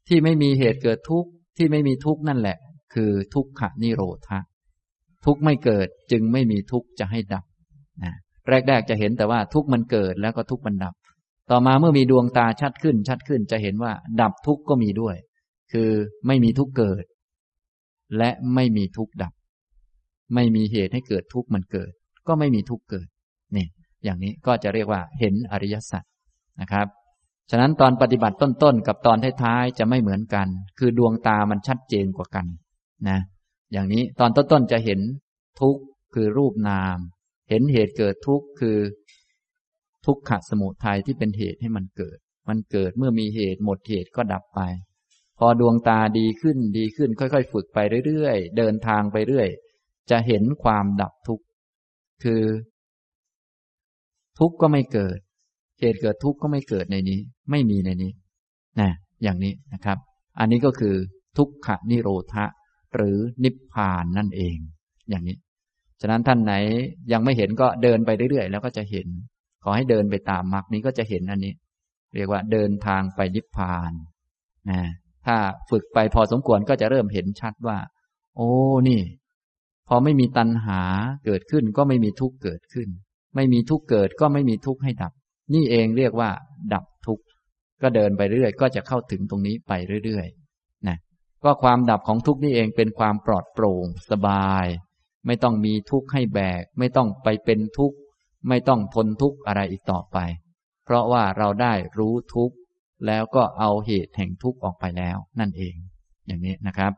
ที่ไม่มีเหตุเกิดทุกข์ที่ไม่มีทุกข์นั่นแหละคือทุกขนิโรธะทุกข์ไม่เกิดจึงไม่มีทุกข์จะให้ดับนะแรกๆจะเห็นแต่ว่าทุกข์มันเกิดแล้วก็ทุกข์มันดับต่อมาเมื่อมีดวงตาชัดขึ้นชัดขึ้นจะเห็นว่าดับทุกข์ก็มีด้วยคือไม่มีทุกข์เกิดและไม่มีทุกข์ดับไม่มีเหตุให้เกิดทุกข์มันเกิดก็ไม่มีทุกข์เกิดนี่อย่างนี้ก็จะเรียกว่าเห็นอริยสัจนะครับฉะนั้นตอนปฏิบัติต้นๆกับตอนท้ายๆจะไม่เหมือนกันคือดวงตามันชัดเจนกว่ากันนะอย่างนี้ตอนต้นๆจะเห็นทุกข์คือรูปนามเห็นเหตุเกิดทุกข์คือทุกขสมุทัยที่เป็นเหตุให้มันเกิดมันเกิดเมื่อมีเหตุหมดเหตุก็ดับไปพอดวงตาดีขึ้นดีขึ้นค่อยๆฝึกไปเรื่อยๆเดินทางไปเรื่อยจะเห็นความดับทุกข์คือทุกข์ก็ไม่เกิดเหตุเกิดทุกข์ก็ไม่เกิดในนี้ไม่มีในนี้นะอย่างนี้นะครับอันนี้ก็คือทุกขนิโรธะหรือนิพพานนั่นเองอย่างนี้ฉะนั้นท่านไหนยังไม่เห็นก็เดินไปเรื่อยๆแล้วก็จะเห็นขอให้เดินไปตามมรรคนี้ก็จะเห็นอันนี้เรียกว่าเดินทางไปนิพพานนะถ้าฝึกไปพอสมควรก็จะเริ่มเห็นชัดว่าโอ้นี่พอไม่มีตัณหาเกิดขึ้นก็ไม่มีทุกข์เกิดขึ้นไม่มีทุกข์เกิดก็ไม่มีทุกข์ให้ดับนี่เองเรียกว่าดับทุกข์ก็เดินไปเรื่อยก็จะเข้าถึงตรงนี้ไปเรื่อยๆนะก็ความดับของทุกข์นี่เองเป็นความปลอดโปร่งสบายไม่ต้องมีทุกข์ให้แบกไม่ต้องไปเป็นทุกข์ไม่ต้องทนทุกข์อะไรอีกต่อไปเพราะว่าเราได้รู้ทุกข์แล้วก็เอาเหตุแห่งทุกข์ออกไปแล้วนั่นเองอย่างนี้นะครับ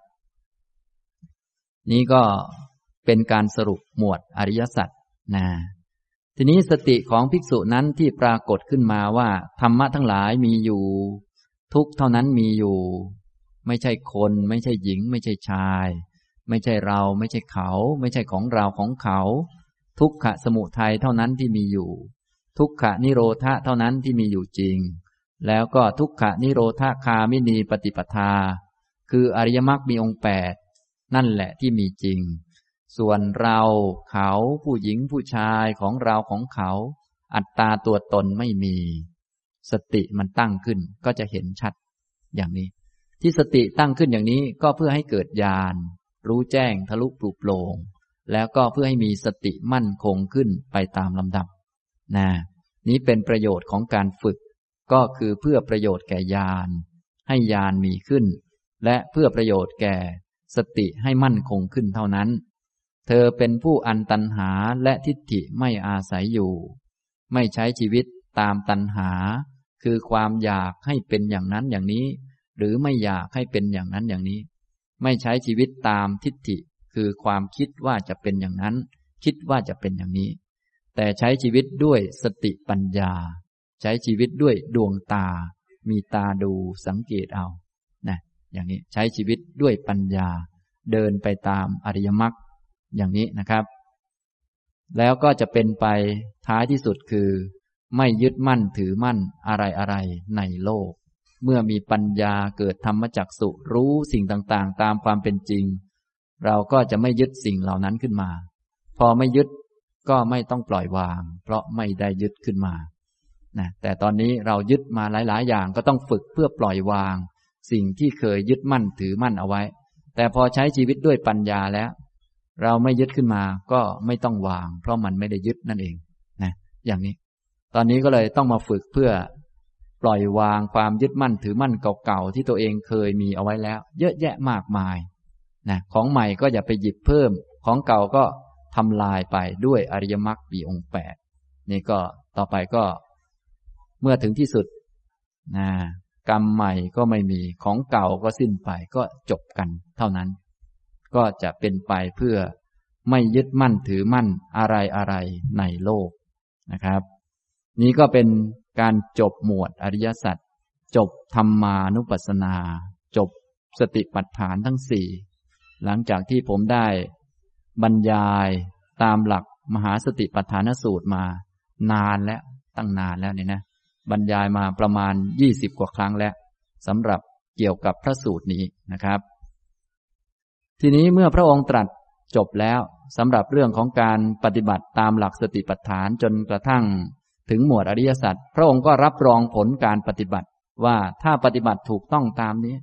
นี้ก็เป็นการสรุปหมวดอริยสัจนะทีนี้สติของภิกษุนั้นที่ปรากฏขึ้นมาว่าธรรมะทั้งหลายมีอยู่ทุกข์เท่านั้นมีอยู่ไม่ใช่คนไม่ใช่หญิงไม่ใช่ชายไม่ใช่เราไม่ใช่เขาไม่ใช่ของเราของเขาทุกขสมุทัยเท่านั้นที่มีอยู่ทุกขนิโรธะเท่านั้นที่มีอยู่จริงแล้วก็ทุกขนิโรธคามินีปฏิปทาคืออริยมรรคมีองค์แปดนั่นแหละที่มีจริงส่วนเราเขาผู้หญิงผู้ชายของเราของเขาอัตตาตัวตนไม่มีสติมันตั้งขึ้นก็จะเห็นชัดอย่างนี้ที่สติตั้งขึ้นอย่างนี้ก็เพื่อให้เกิดญาณรู้แจ้งทะลุปลุกโปร่งแล้วก็เพื่อให้มีสติมั่นคงขึ้นไปตามลำดับนะนี้เป็นประโยชน์ของการฝึกก็คือเพื่อประโยชน์แก่ญาณให้ญาณมีขึ้นและเพื่อประโยชน์แก่สติให้มั่นคงขึ้นเท่านั้นเธอเป็นผู้อันตัณหาและทิฏฐิไม่อาศัยอยู่ไม่ใช้ชีวิตตามตัณหาคือความอยากให้เป็นอย่างนั้นอย่างนี้หรือไม่อยากให้เป็นอย่างนั้นอย่างนี้ไม่ใช้ชีวิตตามทิฏฐิคือความคิดว่าจะเป็นอย่างนั้นคิดว่าจะเป็นอย่างนี้แต่ใช้ชีวิตด้วยสติปัญญาใช้ชีวิตด้วยดวงตามีตาดูสังเกตเอานะอย่างนี้ใช้ชีวิตด้วยปัญญาเดินไปตามอริยมรรคอย่างนี้นะครับแล้วก็จะเป็นไปท้ายที่สุดคือไม่ยึดมั่นถือมั่นอะไรอะไรในโลกเมื่อมีปัญญาเกิดธรรมจักษุรู้สิ่งต่างๆตามความเป็นจริงเราก็จะไม่ยึดสิ่งเหล่านั้นขึ้นมาพอไม่ยึดก็ไม่ต้องปล่อยวางเพราะไม่ได้ยึดขึ้นมานะแต่ตอนนี้เรายึดมาหลายๆอย่างก็ต้องฝึกเพื่อปล่อยวางสิ่งที่เคยยึดมั่นถือมั่นเอาไว้แต่พอใช้ชีวิตด้วยปัญญาแล้วเราไม่ยึดขึ้นมาก็ไม่ต้องวางเพราะมันไม่ได้ยึดนั่นเองนะอย่างนี้ตอนนี้ก็เลยต้องมาฝึกเพื่อปล่อยวางความยึดมั่นถือมั่นเก่าๆที่ตัวเองเคยมีเอาไว้แล้วเยอะแยะมากมายนะของใหม่ก็อย่าไปหยิบเพิ่มของเก่าก็ทำลายไปด้วยอริยมรรคมีองค์แปดนี่ก็ต่อไปก็เมื่อถึงที่สุดนะกรรมใหม่ก็ไม่มีของเก่าก็สิ้นไปก็จบกันเท่านั้นก็จะเป็นไปเพื่อไม่ยึดมั่นถือมั่นอะไรอะไรในโลกนะครับนี้ก็เป็นการจบหมวดอริยสัจจบธรรมานุปัสสนาจบสติปัฏฐานทั้งสี่หลังจากที่ผมได้บรรยายตามหลักมหาสติปัฏฐานสูตรมานานแล้วตั้งนานแล้วเนี่ยนะบรรยายมาประมาณยี่สิบกว่าครั้งแล้วสำหรับเกี่ยวกับพระสูตรนี้นะครับทีนี้เมื่อพระองค์ตรัสจบแล้วสำหรับเรื่องของการปฏิบัติตามหลักสติปัฏฐานจนกระทั่งถึงหมวดอริยสัจพระองค์ก็รับรองผลการปฏิบัติว่าถ้าปฏิบัติถูกต้องตามนี้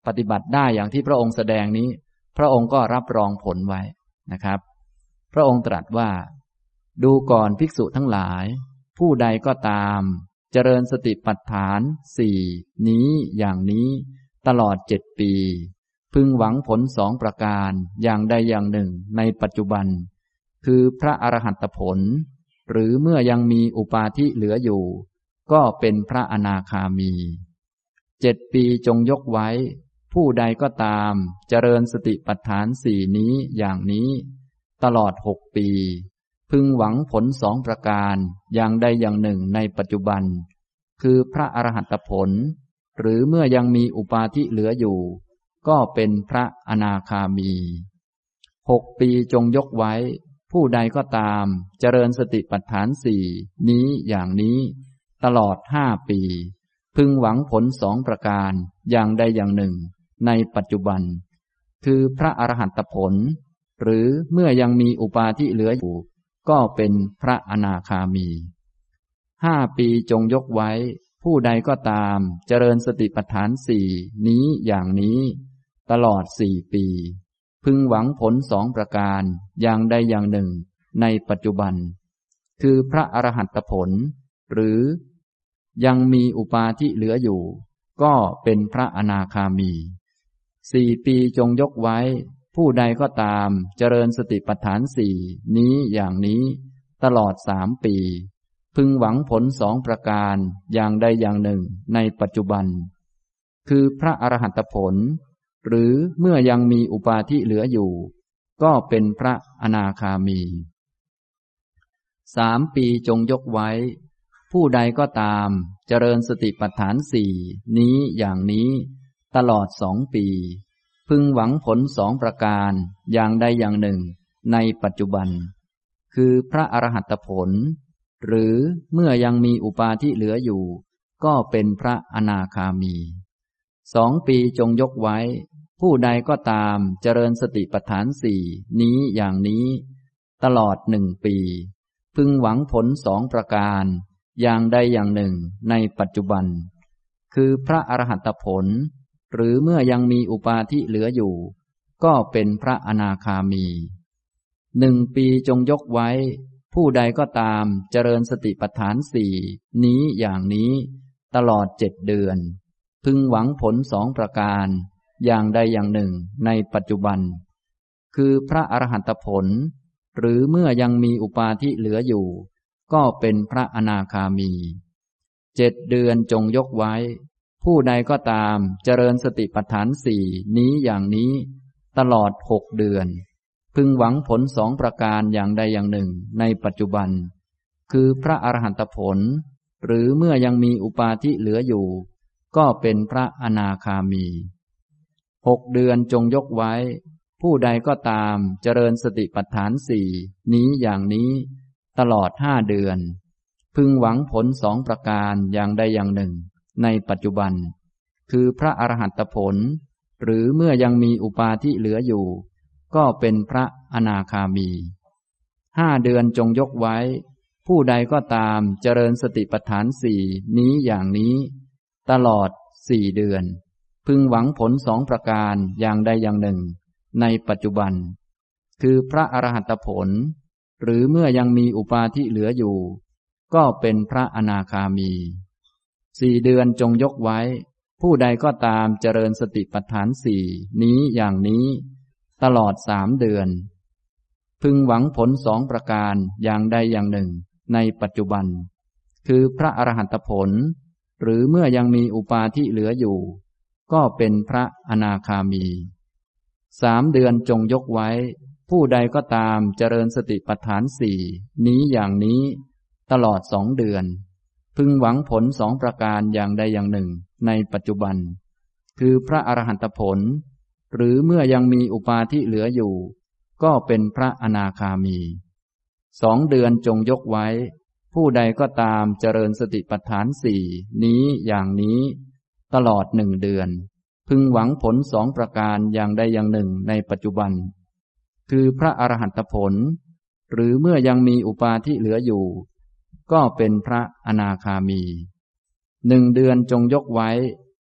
ปฏิบัติได้อย่างที่พระองค์แสดงนี้พระองค์ก็รับรองผลไว้นะครับพระองค์ตรัสว่าดูก่อนภิกษุทั้งหลายผู้ใดก็ตามเจริญสติปัฏฐานสี่นี้อย่างนี้ตลอดเจ็ดปีพึงหวังผลสองประการอย่างใดอย่างหนึ่งในปัจจุบันคือพระอรหันตผลหรือเมื่อยังมีอุปาทิเหลืออยู่ก็เป็นพระอนาคามีเจ็ดปีจงยกไว้ผู้ใดก็ตามเจริญสติปัฏฐานสี่นี้อย่างนี้ตลอดหกปีพึงหวังผลสองประการอย่างใดอย่างหนึ่งในปัจจุบันคือพระอรหันตผลหรือเมื่อยังมีอุปาทิเหลืออยู่ก็เป็นพระอนาคามีหกปีจงยกไว้ผู้ใดก็ตามเจริญสติปัฏฐานสี่นี้อย่างนี้ตลอดห้าปีพึงหวังผลสองประการอย่างใดอย่างหนึ่งในปัจจุบันคือพระอรหันตผลหรือเมื่อยังมีอุปาทิเหลืออยู่ก็เป็นพระอนาคามีห้าปีจงยกไว้ผู้ใดก็ตามเจริญสติปัฏฐานสี่นี้อย่างนี้ตลอดสี่ปีพึงหวังผลสองประการอย่างใดอย่างหนึ่งในปัจจุบันคือพระอรหันตผลหรือยังมีอุปาทิเหลืออยู่ก็เป็นพระอนาคามีสี่ปีจงยกไว้ผู้ใดก็ตามเจริญสติปัฏฐานสี่นี้อย่างนี้ตลอดสามปีพึงหวังผลสองประการอย่างใดอย่างหนึ่งในปัจจุบันคือพระอรหันตผลหรือเมื่อยังมีอุปาทิเหลืออยู่ก็เป็นพระอนาคามีสามปีจงยกไว้ผู้ใดก็ตามเจริญสติปัฏฐานสี่นี้อย่างนี้ตลอดสองปีพึงหวังผลสองประการอย่างใดอย่างหนึ่งในปัจจุบันคือพระอรหันตผลหรือเมื่อยังมีอุปาทิเหลืออยู่ก็เป็นพระอนาคามีสองปีจงยกไว้ผู้ใดก็ตามเจริญสติปัฏฐานสี่นี้อย่างนี้ตลอดหนึ่งปีพึงหวังผลสองประการอย่างใดอย่างหนึ่งในปัจจุบันคือพระอรหันตผลหรือเมื่อยังมีอุปาทิเหลืออยู่ก็เป็นพระอนาคามีหนึ่งปีจงยกไว้ผู้ใดก็ตามเจริญสติปัฏฐานสี่นี้อย่างนี้ตลอดเจ็ดเดือนพึงหวังผลสองประการอย่างใดอย่างหนึ่งในปัจจุบันคือพระอรหันตผลหรือเมื่อยังมีอุปาทิเหลืออยู่ก็เป็นพระอนาคามีเจ็ดเดือนจงยกไว้ผู้ใดก็ตามเจริญสติปัฏฐานสี่นี้อย่างนี้ตลอดหกเดือนพึงหวังผลสองประการอย่างใดอย่างหนึ่งในปัจจุบันคือพระอรหันตผลหรือเมื่อยังมีอุปาทิเหลืออยู่ก็เป็นพระอนาคามีหกเดือนจงยกไว้ผู้ใดก็ตามเจริญสติปัฏฐานสี่นี้อย่างนี้ตลอดห้าเดือนพึงหวังผลสองประการอย่างใดอย่างหนึ่งในปัจจุบันคือพระอรหันตผลหรือเมื่อยังมีอุปาทิเหลืออยู่ก็เป็นพระอนาคามีห้าเดือนจงยกไว้ผู้ใดก็ตามเจริญสติปัฏฐานสี่นี้อย่างนี้ตลอดสี่เดือนพึงหวังผลสองประการอย่างใดอย่างหนึ่งในปัจจุบันคือพระอรหันตผลหรือเมื่อยังมีอุปาทิเหลืออยู่ก็เป็นพระอนาคามีสี่เดือนจงยกไว้ผู้ใดก็ตามเจริญสติปัฏฐานสี่นี้อย่างนี้ตลอดสามเดือนพึงหวังผลสองประการอย่างใดอย่างหนึ่งในปัจจุบันคือพระอรหันตผลหรือเมื่อยังมีอุปาทิเหลืออยู่ก็เป็นพระอนาคามีสามเดือนจงยกไว้ผู้ใดก็ตามเจริญสติปัฏฐานสี่นี้อย่างนี้ตลอดสองเดือนพึงหวังผลสองประการอย่างใดอย่างหนึ่งในปัจจุบันคือพระอรหันตผลหรือเมื่อยังมีอุปาทิเหลืออยู่ก็เป็นพระอนาคามีสองเดือนจงยกไว้ผู้ใดก็ตามเจริญสติปัฏฐานสี่นี้อย่างนี้ตลอดหนึ่งเดือนพึงหวังผลสองประการอย่างใดอย่างหนึ่งในปัจจุบันคือพระอรหันตผลหรือเมื่อยังมีอุปาทิเหลืออยู่ก็เป็นพระอนาคามีหนึ่งเดือนจงยกไว้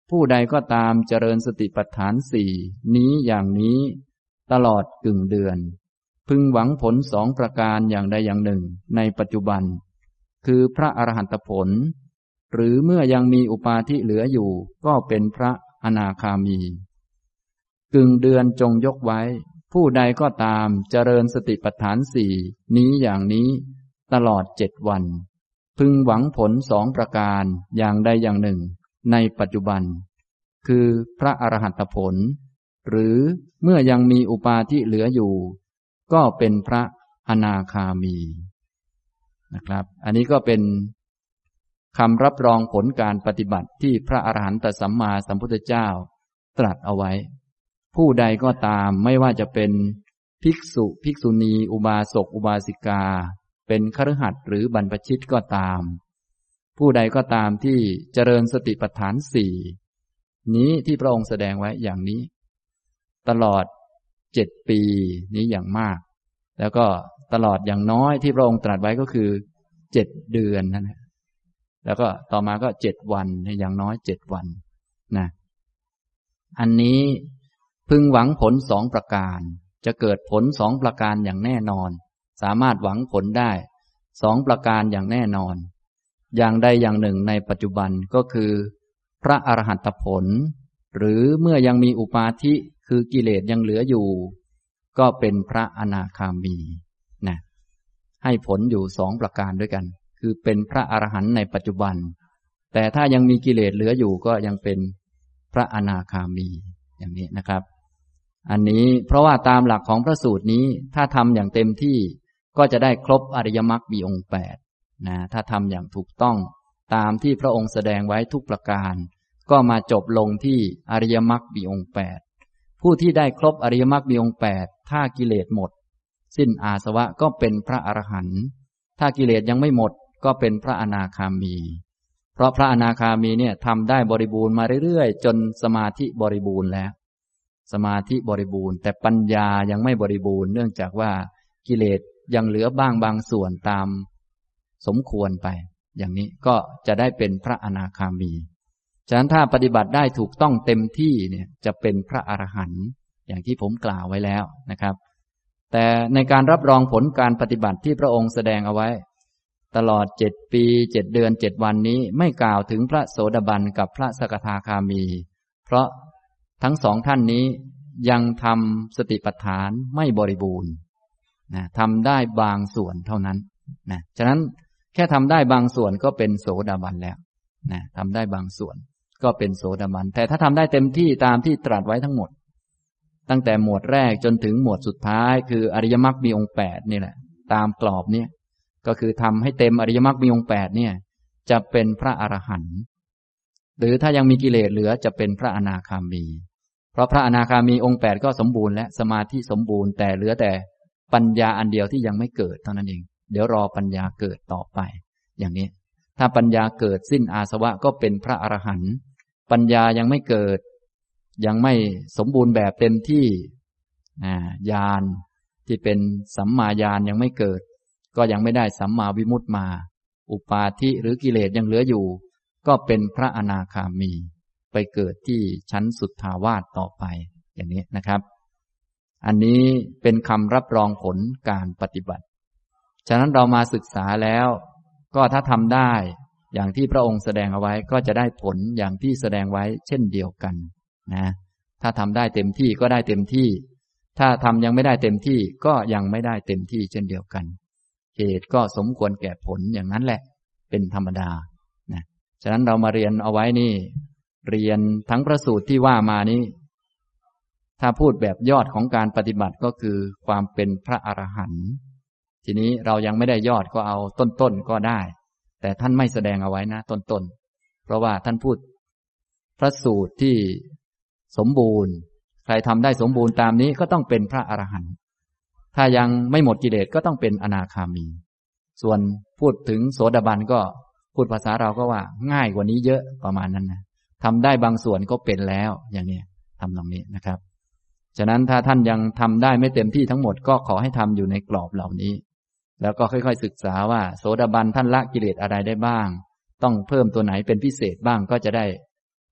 ผู้ใดก็ตามเจริญสติปัฏฐานสี่นี้อย่างนี้ตลอดกึ่งเดือนพึงหวังผลสองประการอย่างใดอย่างหนึ่งในปัจจุบันคือพระอรหันตผลหรือเมื่อยังมีอุปาทิเหลืออยู่ก็เป็นพระอนาคามีกึ่งเดือนจงยกไว้ผู้ใดก็ตามเจริญสติปัฏฐานสี่นี้อย่างนี้ตลอดเจ็ดวันพึงหวังผลสองประการอย่างใดอย่างหนึ่งในปัจจุบันคือพระอรหันตผลหรือเมื่อยังมีอุปาทิเหลืออยู่ก็เป็นพระอนาคามีนะครับอันนี้ก็เป็นคำรับรองผลการปฏิบัติที่พระอรหันตสัมมาสัมพุทธเจ้าตรัสเอาไว้ผู้ใดก็ตามไม่ว่าจะเป็นภิกษุภิกษุณีอุบาสกอุบาสิกาเป็นคฤหัสถ์หรือบรรพชิตก็ตามผู้ใดก็ตามที่เจริญสติปัฏฐานสี่นี้ที่พระองค์แสดงไว้อย่างนี้ตลอดเจ็ดปีนี้อย่างมากแล้วก็ตลอดอย่างน้อยที่พระองค์ตรัสไว้ก็คือเจ็ดเดือนนั่นแหละแล้วก็ต่อมาก็เจ็ดวันอย่างน้อยเจ็ดวันนะอันนี้พึงหวังผลสองประการจะเกิดผลสองประการอย่างแน่นอนสามารถหวังผลได้สองประการอย่างแน่นอนอย่างใดอย่างหนึ่งในปัจจุบันก็คือพระอรหันตผลหรือเมื่อยังมีอุปาทิคือกิเลสยังเหลืออยู่ก็เป็นพระอนาคามีนะให้ผลอยู่สองประการด้วยกันคือเป็นพระอรหันต์ในปัจจุบันแต่ถ้ายังมีกิเลสเหลืออยู่ก็ยังเป็นพระอนาคามีอย่างนี้นะครับอันนี้เพราะว่าตามหลักของพระสูตรนี้ถ้าทำอย่างเต็มที่ก็จะได้ครบอริยมรรคมีองค์แปดนะถ้าทำอย่างถูกต้องตามที่พระองค์แสดงไว้ทุกประการก็มาจบลงที่อริยมรรคมีองค์แปดผู้ที่ได้ครบอริยมรรคมีองค์แปดถ้ากิเลสหมดสิ้นอาสวะก็เป็นพระอรหันต์ถ้ากิเลสยังไม่หมดก็เป็นพระอนาคามีเพราะพระอนาคามีเนี่ยทำได้บริบูรณ์มาเรื่อยๆจนสมาธิบริบูรณ์แล้วสมาธิบริบูรณ์แต่ปัญญายังไม่บริบูรณ์เนื่องจากว่ากิเลสยังเหลือบ้างบางส่วนตามสมควรไปอย่างนี้ก็จะได้เป็นพระอนาคามีฉะนั้นถ้าปฏิบัติได้ถูกต้องเต็มที่เนี่ยจะเป็นพระอรหันต์อย่างที่ผมกล่าวไว้แล้วนะครับแต่ในการรับรองผลการปฏิบัติที่พระองค์แสดงเอาไว้ตลอดเจ็ดปีเจ็ดเดือนเจ็ดวันนี้ไม่กล่าวถึงพระโสดาบันกับพระสกทาคามีเพราะทั้งสองท่านนี้ยังทำสติปัฏฐานไม่บริบูรณ์นะทำได้บางส่วนเท่านั้นนะฉะนั้นแค่ทำได้บางส่วนก็เป็นโสดาบันแล้วนะทำได้บางส่วนก็เป็นโสดาบันแต่ถ้าทำได้เต็มที่ตามที่ตรัสไว้ทั้งหมดตั้งแต่หมวดแรกจนถึงหมวดสุดท้ายคืออริยมรรคมีองค์แปดนี่แหละตามกรอบนี้ก็คือทำให้เต็มอริยมรรคมีองค์แปดเนี่ยจะเป็นพระอรหันต์หรือถ้ายังมีกิเลสเหลือจะเป็นพระอนาคามีเพราะพระอนาคามีองค์แปดก็สมบูรณ์และสมาธิสมบูรณ์แต่เหลือแต่ปัญญาอันเดียวที่ยังไม่เกิดเท่านั้นเองเดี๋ยวรอปัญญาเกิดต่อไปอย่างนี้ถ้าปัญญาเกิดสิ้นอาสวะก็เป็นพระอรหันต์ปัญญายังไม่เกิดยังไม่สมบูรณ์แบบเต็มที่ญาณที่เป็นสัมมาญาณยังไม่เกิดก็ยังไม่ได้สัมมาวิมุตติมาอุปาทิหรือกิเลสยังเหลืออยู่ก็เป็นพระอนาคามีไปเกิดที่ชั้นสุทธาวาสต่อไปอย่างนี้นะครับอันนี้เป็นคำรับรองผลการปฏิบัติฉะนั้นเรามาศึกษาแล้วก็ถ้าทำได้อย่างที่พระองค์แสดงเอาไว้ก็จะได้ผลอย่างที่แสดงไว้เช่นเดียวกันนะถ้าทำได้เต็มที่ก็ได้เต็มที่ถ้าทำยังไม่ได้เต็มที่ก็ยังไม่ได้เต็มที่เช่นเดียวกันเหตุก็สมควรแก่ผลอย่างนั้นแหละเป็นธรรมดานะฉะนั้นเรามาเรียนเอาไว้นี่เรียนทั้งพระสูตรที่ว่ามานี้ถ้าพูดแบบยอดของการปฏิบัติก็คือความเป็นพระอรหันต์ทีนี้เรายังไม่ได้ยอดก็เอาต้นๆก็ได้แต่ท่านไม่แสดงเอาไว้นะต้นๆเพราะว่าท่านพูดพระสูตรที่สมบูรณ์ใครทำได้สมบูรณ์ตามนี้ก็ต้องเป็นพระอรหันต์ถ้ายังไม่หมดกิเลสก็ต้องเป็นอนาคามีส่วนพูดถึงโสดาบันก็พูดภาษาเราก็ว่าง่ายกว่านี้เยอะประมาณนั้นนะทำได้บางส่วนก็เป็นแล้วอย่างนี้ทำตรงนี้นะครับฉะนั้นถ้าท่านยังทำได้ไม่เต็มที่ทั้งหมดก็ขอให้ทำอยู่ในกรอบเหล่านี้แล้วก็ค่อยๆศึกษาว่าโสดาบันท่านละกิเลสอะไรได้บ้างต้องเพิ่มตัวไหนเป็นพิเศษบ้างก็จะได้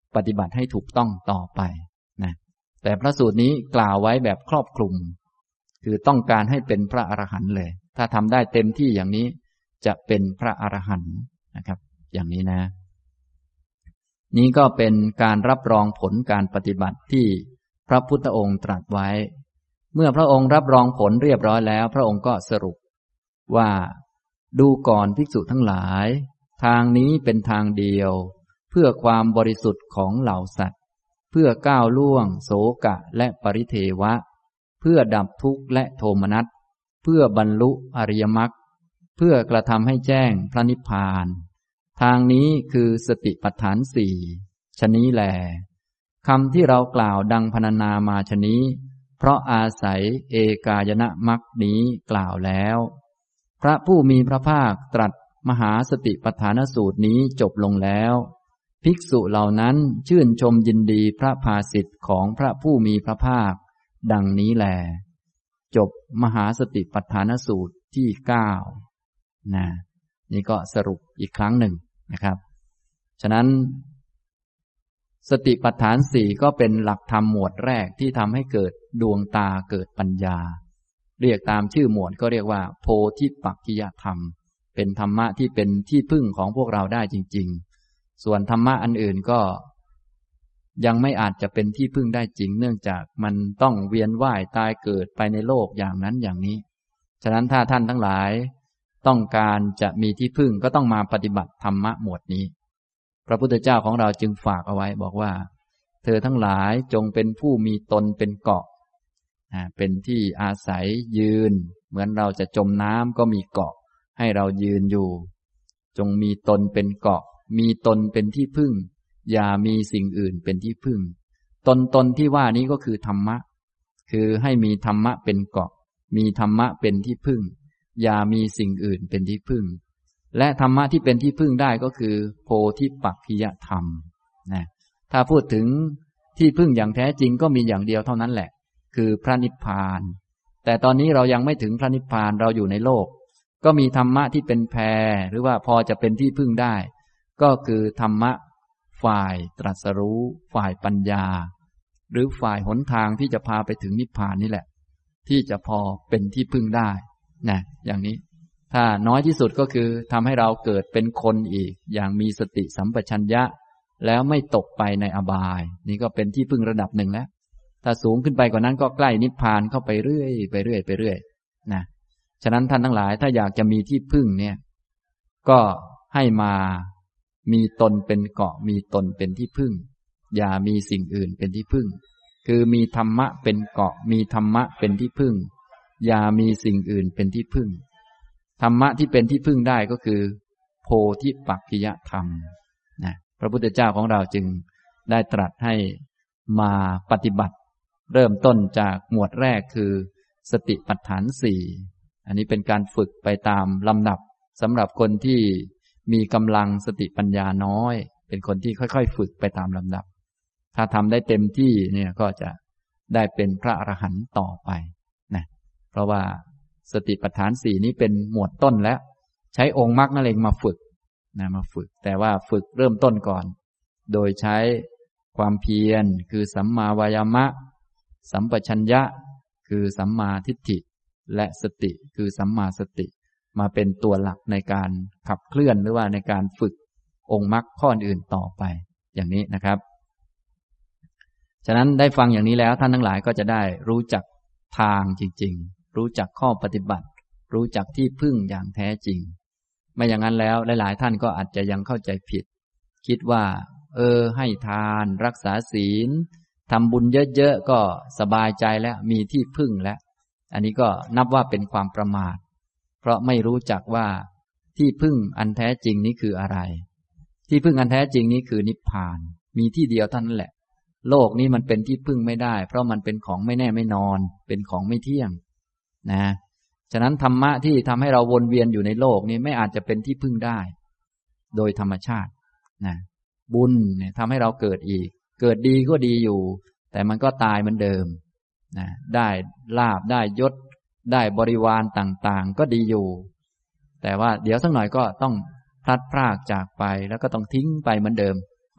ปฏิบัติให้ถูกต้องต่อไปนะแต่พระสูตรนี้กล่าวไว้แบบครอบคลุมคือต้องการให้เป็นพระอรหันต์เลยถ้าทำได้เต็มที่อย่างนี้จะเป็นพระอรหันต์นะครับอย่างนี้นะนี้ก็เป็นการรับรองผลการปฏิบัติที่พระพุทธองค์ตรัสไว้เมื่อพระองค์รับรองผลเรียบร้อยแล้วพระองค์ก็สรุปว่าดูก่อนภิกษุทั้งหลายทางนี้เป็นทางเดียวเพื่อความบริสุทธิ์ของเหล่าสัตว์เพื่อก้าวล่วงโศกะและปริเทวะเพื่อดับทุกข์และโทมนัสเพื่อบรรลุอริยมรรคเพื่อกระทำให้แจ้งพระนิพพานทางนี้คือสติปัฏฐานสี่ชนี้แลคำที่เรากล่าวดังพรรณนามาชนี้เพราะอาศัยเอกายนะมรรคนี้กล่าวแล้วพระผู้มีพระภาคตรัสมหาสติปัฏฐานสูตรนี้จบลงแล้วภิกษุเหล่านั้นชื่นชมยินดีพระภาสิทธิ์ของพระผู้มีพระภาคดังนี้แลจบมหาสติปัฏฐานสูตรที่เก้านะนี่ก็สรุปอีกครั้งหนึ่งนะครับฉะนั้นสติปัฏฐานสี่ก็เป็นหลักธรรมหมวดแรกที่ทำให้เกิดดวงตาเกิดปัญญาเรียกตามชื่อหมวดก็เรียกว่าโพธิปักขิยธรรมเป็นธรรมะที่เป็นที่พึ่งของพวกเราได้จริงๆส่วนธรรมะอันอื่นก็ยังไม่อาจจะเป็นที่พึ่งได้จริงเนื่องจากมันต้องเวียนว่ายตายเกิดไปในโลกอย่างนั้นอย่างนี้ฉะนั้นถ้าท่านทั้งหลายต้องการจะมีที่พึ่งก็ต้องมาปฏิบัติธรรมะหมวดนี้พระพุทธเจ้าของเราจึงฝากเอาไว้บอกว่าเธอทั้งหลายจงเป็นผู้มีตนเป็นเกาะเป็นที่อาศัยยืนเหมือนเราจะจมน้ำก็มีเกาะให้เรายืนอยู่จงมีตนเป็นเกาะมีตนเป็นที่พึ่งอย่ามีสิ่งอื่นเป็นที่พึ่งตนตนที่ว่านี้ก็คือธรรมะคือให้มีธรรมะเป็นเกาะมีธรรมะเป็นที่พึ่งอย่ามีสิ่งอื่นเป็นที่พึ่งและธรรมะที่เป็นที่พึ่งได้ก็คือโพธิปักขิยธรรมนะถ้าพูดถึงที่พึ่งอย่างแท้จริงก็มีอย่างเดียวเท่านั้นแหละคือพระนิพพานแต่ตอนนี้เรายังไม่ถึงพระนิพพานเราอยู่ในโลกก็มีธรรมะที่เป็นแพรหรือว่าพอจะเป็นที่พึ่งได้ก็คือธรรมะฝ่ายตรัสรู้ฝ่ายปัญญาหรือฝ่ายหนทางที่จะพาไปถึงนิพพานนี่แหละที่จะพอเป็นที่พึ่งได้นะอย่างนี้ถ้าน้อยที่สุดก็คือทำให้เราเกิดเป็นคนอีกอย่างมีสติสัมปชัญญะแล้วไม่ตกไปในอบายนี่ก็เป็นที่พึ่งระดับหนึ่งแล้วถ้าสูงขึ้นไปกว่านั้นก็ใกล้นิพพานเข้าไปเรื่อยไปเรื่อยไปเรื่อยนะฉะนั้นท่านทั้งหลายถ้าอยากจะมีที่พึ่งเนี่ยก็ให้มามีตนเป็นเกาะมีตนเป็นที่พึ่งอย่ามีสิ่งอื่นเป็นที่พึ่งคือมีธรรมะเป็นเกาะมีธรรมะเป็นที่พึ่งอย่ามีสิ่งอื่นเป็นที่พึ่งธรรมะที่เป็นที่พึ่งได้ก็คือโพธิปักขิยธรรมนะพระพุทธเจ้าของเราจึงได้ตรัสให้มาปฏิบัติเริ่มต้นจากหมวดแรกคือสติปัฏฐานสี่อันนี้เป็นการฝึกไปตามลำดับสำหรับคนที่มีกำลังสติปัญญาน้อยเป็นคนที่ค่อยๆฝึกไปตามลำดับถ้าทำได้เต็มที่เนี่ยก็จะได้เป็นพระอรหันต์ต่อไปนะเพราะว่าสติปัฏฐานสี่นี้เป็นหมวดต้นแล้วใช้องค์มรรคนั่นเองมาฝึกนะมาฝึกแต่ว่าฝึกเริ่มต้นก่อนโดยใช้ความเพียรคือสัมมาวายามะสัมปชัญญะคือสัมมาทิฏฐิและสติคือสัมมาสติมาเป็นตัวหลักในการขับเคลื่อนหรือว่าในการฝึกองค์มรรคข้ออื่นต่อไปอย่างนี้นะครับฉะนั้นได้ฟังอย่างนี้แล้วท่านทั้งหลายก็จะได้รู้จักทางจริงๆรู้จักข้อปฏิบัติรู้จักที่พึ่งอย่างแท้จริงไม่อย่างนั้นแล้วหลายๆท่านก็อาจจะยังเข้าใจผิดคิดว่าเออให้ทานรักษาศีลทำบุญเยอะๆก็สบายใจแล้วมีที่พึ่งแล้วอันนี้ก็นับว่าเป็นความประมาทเพราะไม่รู้จักว่าที่พึ่งอันแท้จริงนี้คืออะไรที่พึ่งอันแท้จริงนี้คือนิพพานมีที่เดียวเท่านั้นแหละโลกนี้มันเป็นที่พึ่งไม่ได้เพราะมันเป็นของไม่แน่ไม่นอนเป็นของไม่เที่ยงนะฉะนั้นธรรมะที่ทำให้เราวนเวียนอยู่ในโลกนี้ไม่อาจจะเป็นที่พึ่งได้โดยธรรมชาตินะบุญเนี่ยทำให้เราเกิดอีกเกิดดีก็ดีอยู่แต่มันก็ตายเหมือนเดิมนะได้ลาภได้ยศได้บริวารต่างๆก็ดีอยู่แต่ว่าเดี๋ยวสักหน่อยก็ต้องพลัดพรากจากไปแล้วก็ต้องทิ้งไปเหมือนเดิม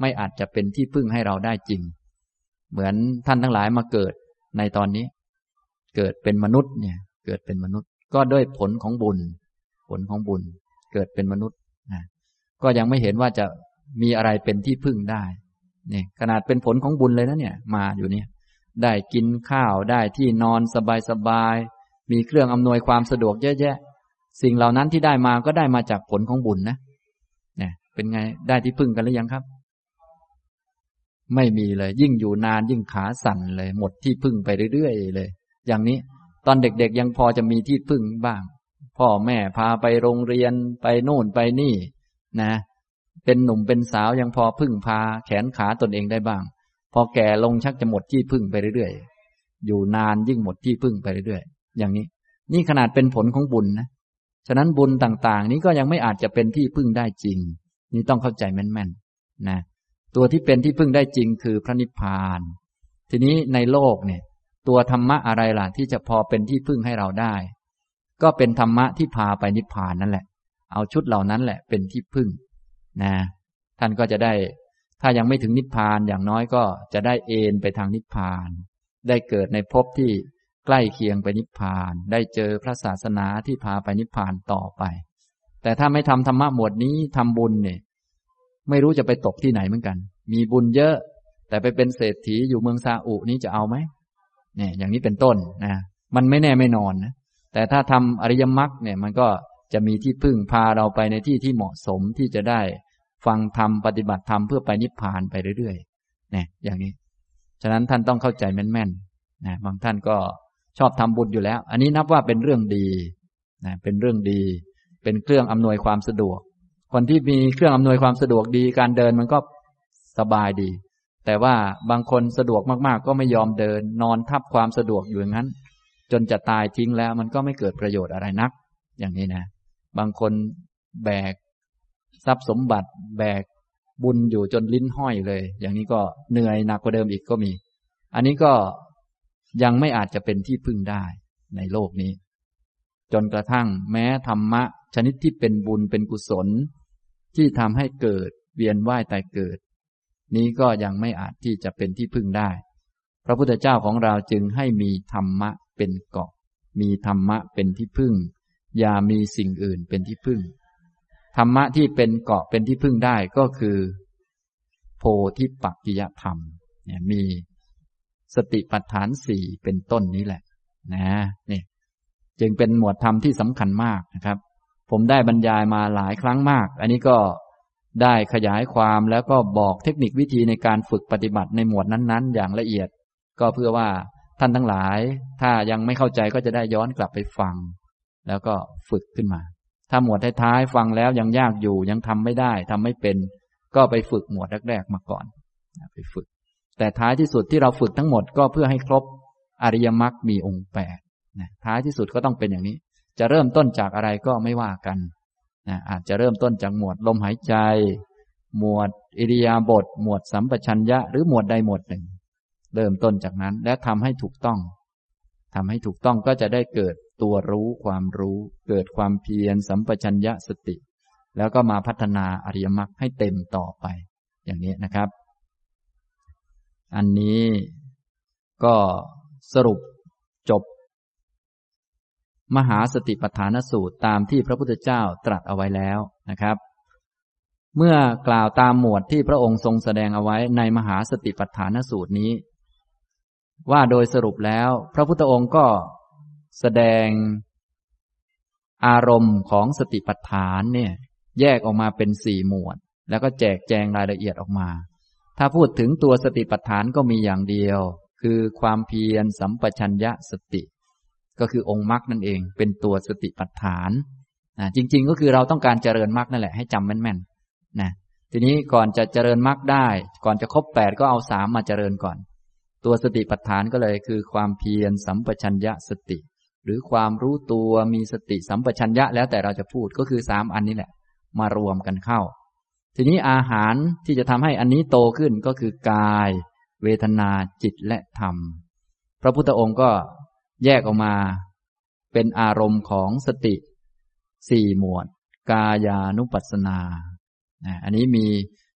ไม่อาจจะเป็นที่พึ่งให้เราได้จริงเหมือนท่านทั้งหลายมาเกิดในตอนนี้เกิดเป็นมนุษย์เนี่ยเกิดเป็นมนุษย์ก็ด้วยผลของบุญผลของบุญเกิดเป็นมนุษย์นะก็ยังไม่เห็นว่าจะมีอะไรเป็นที่พึ่งได้นี่ขนาดเป็นผลของบุญเลยนะเนี่ยมาอยู่เนี่ยได้กินข้าวได้ที่นอนสบายๆมีเครื่องอำนวยความสะดวกเยอะแยะสิ่งเหล่านั้นที่ได้มาก็ได้มาจากผลของบุญนะเนี่ยเป็นไงได้ที่พึ่งกันหรือยังครับไม่มีเลยยิ่งอยู่นานยิ่งขาสั่นเลยหมดที่พึ่งไปเรื่อยๆเลยอย่างนี้ตอนเด็กๆยังพอจะมีที่พึ่งบ้างพ่อแม่พาไปโรงเรียนไปโน่นไปนี่นะเป็นหนุ่มเป็นสาวยังพอพึ่งพาแขนขาตนเองได้บ้างพอแก่ลงชักจะหมดที่พึ่งไปเรื่อยๆอยู่นานยิ่งหมดที่พึ่งไปเรื่อยๆอย่างนี้นี่ขนาดเป็นผลของบุญนะฉะนั้นบุญต่างๆนี้ก็ยังไม่อาจจะเป็นที่พึ่งได้จริงนี่ต้องเข้าใจแม่นๆนะตัวที่เป็นที่พึ่งได้จริงคือพระนิพพานทีนี้ในโลกเนี่ยตัวธรรมะอะไรล่ะที่จะพอเป็นที่พึ่งให้เราได้ก็เป็นธรรมะที่พาไปนิพพานนั่นแหละเอาชุดเหล่านั้นแหละเป็นที่พึ่งนะท่านก็จะได้ถ้ายังไม่ถึงนิพพานอย่างน้อยก็จะได้เอนไปทางนิพพานได้เกิดในภพที่ใกล้เคียงไปนิพพานได้เจอพระศาสนาที่พาไปนิพพานต่อไปแต่ถ้าไม่ทำธรรมะหมวดนี้ทำบุญเนี่ยไม่รู้จะไปตกที่ไหนเหมือนกันมีบุญเยอะแต่ไปเป็นเศรษฐีอยู่เมืองซาอุนี้จะเอาไหมเนี่ยอย่างนี้เป็นต้นนะมันไม่แน่ไม่นอนนะแต่ถ้าทำอริยมรรคเนี่ยมันก็จะมีที่พึ่งพาเราไปในที่ที่เหมาะสมที่จะได้ฟังธรรมปฏิบัติธรรมเพื่อไปนิพพานไปเรื่อยๆเนี่ยอย่างนี้ฉะนั้นท่านต้องเข้าใจแม่นๆนะบางท่านก็ชอบทำบุญอยู่แล้วอันนี้นับว่าเป็นเรื่องดีนะเป็นเรื่องดีเป็นเครื่องอำนวยความสะดวกคนที่มีเครื่องอำนวยความสะดวกดีการเดินมันก็สบายดีแต่ว่าบางคนสะดวกมากๆก็ไม่ยอมเดินนอนทับความสะดวกอยู่อย่างนั้นจนจะตายทิ้งแล้วมันก็ไม่เกิดประโยชน์อะไรนักอย่างนี้นะบางคนแบกทรัพย์สมบัติแบกบุญอยู่จนลิ้นห้อยเลยอย่างนี้ก็เหนื่อยหนักกว่าเดิมอีกก็มีอันนี้ก็ยังไม่อาจจะเป็นที่พึ่งได้ในโลกนี้จนกระทั่งแม้ธรรมะชนิดที่เป็นบุญเป็นกุศลที่ทำให้เกิดเวียนว่ายตายเกิดนี้ก็ยังไม่อาจที่จะเป็นที่พึ่งได้พระพุทธเจ้าของเราจึงให้มีธรรมะเป็นเกาะมีธรรมะเป็นที่พึ่งอย่ามีสิ่งอื่นเป็นที่พึ่งธรรมะที่เป็นเกาะเป็นที่พึ่งได้ก็คือโพธิปักขิยธรรมเนี่ยมีสติปัฏฐานสี่เป็นต้นนี้แหละนะนี่จึงเป็นหมวดธรรมที่สำคัญมากนะครับผมได้บรรยายมาหลายครั้งมากอันนี้ก็ได้ขยายความแล้วก็บอกเทคนิควิธีในการฝึกปฏิบัติในหมวดนั้นๆอย่างละเอียดก็เพื่อว่าท่านทั้งหลายถ้ายังไม่เข้าใจก็จะได้ย้อนกลับไปฟังแล้วก็ฝึกขึ้นมาถ้าหมวดท้ายๆฟังแล้วยังยากอยู่ยังทำไม่ได้ทำไม่เป็นก็ไปฝึกหมวดแรกๆมาก่อนไปฝึกแต่ท้ายที่สุดที่เราฝึกทั้งหมดก็เพื่อให้ครบอริยมรรคมีองค์แปดนะท้ายที่สุดก็ต้องเป็นอย่างนี้จะเริ่มต้นจากอะไรก็ไม่ว่ากันนะอาจจะเริ่มต้นจากหมวดลมหายใจหมวดอิริยาบถหมวดสัมปชัญญะหรือหมวดใดหมวดหนึ่งเริ่มต้นจากนั้นและทำให้ถูกต้องทำให้ถูกต้องก็จะได้เกิดตัวรู้ความรู้เกิดความเพียรสัมปชัญญะสติแล้วก็มาพัฒนาอริยมรรคให้เต็มต่อไปอย่างนี้นะครับอันนี้ก็สรุปจบมหาสติปัฏฐานสูตรตามที่พระพุทธเจ้าตรัสเอาไว้แล้วนะครับเมื่อกล่าวตามหมวดที่พระองค์ทรงแสดงเอาไว้ในมหาสติปัฏฐานสูตรนี้ว่าโดยสรุปแล้วพระพุทธองค์ก็แสดงอารมณ์ของสติปัฏฐานเนี่ยแยกออกมาเป็นสี่หมวดแล้วก็แจกแจงรายละเอียดออกมาถ้าพูดถึงตัวสติปัฏฐานก็มีอย่างเดียวคือความเพียรสัมปชัญญะสติก็คือองค์มรรคนั่นเองเป็นตัวสติปัฏฐานนะจริงๆก็คือเราต้องการเจริญมรรคนั่นแหละให้จำแม่นๆนะทีนี้ก่อนจะเจริญมรรคได้ก่อนจะครบแปดก็เอาสามมาเจริญก่อนตัวสติปัฏฐานก็เลยคือความเพียรสัมปชัญญะสติหรือความรู้ตัวมีสติสัมปชัญญะแล้วแต่เราจะพูดก็คือสามอันนี้แหละมารวมกันเข้าทีนี้อาหารที่จะทำให้อันนี้โตขึ้นก็คือกายเวทนาจิตและธรรมพระพุทธองค์ก็แยกออกมาเป็นอารมณ์ของสติสี่หมวดกายานุปัสสนาอันนี้มี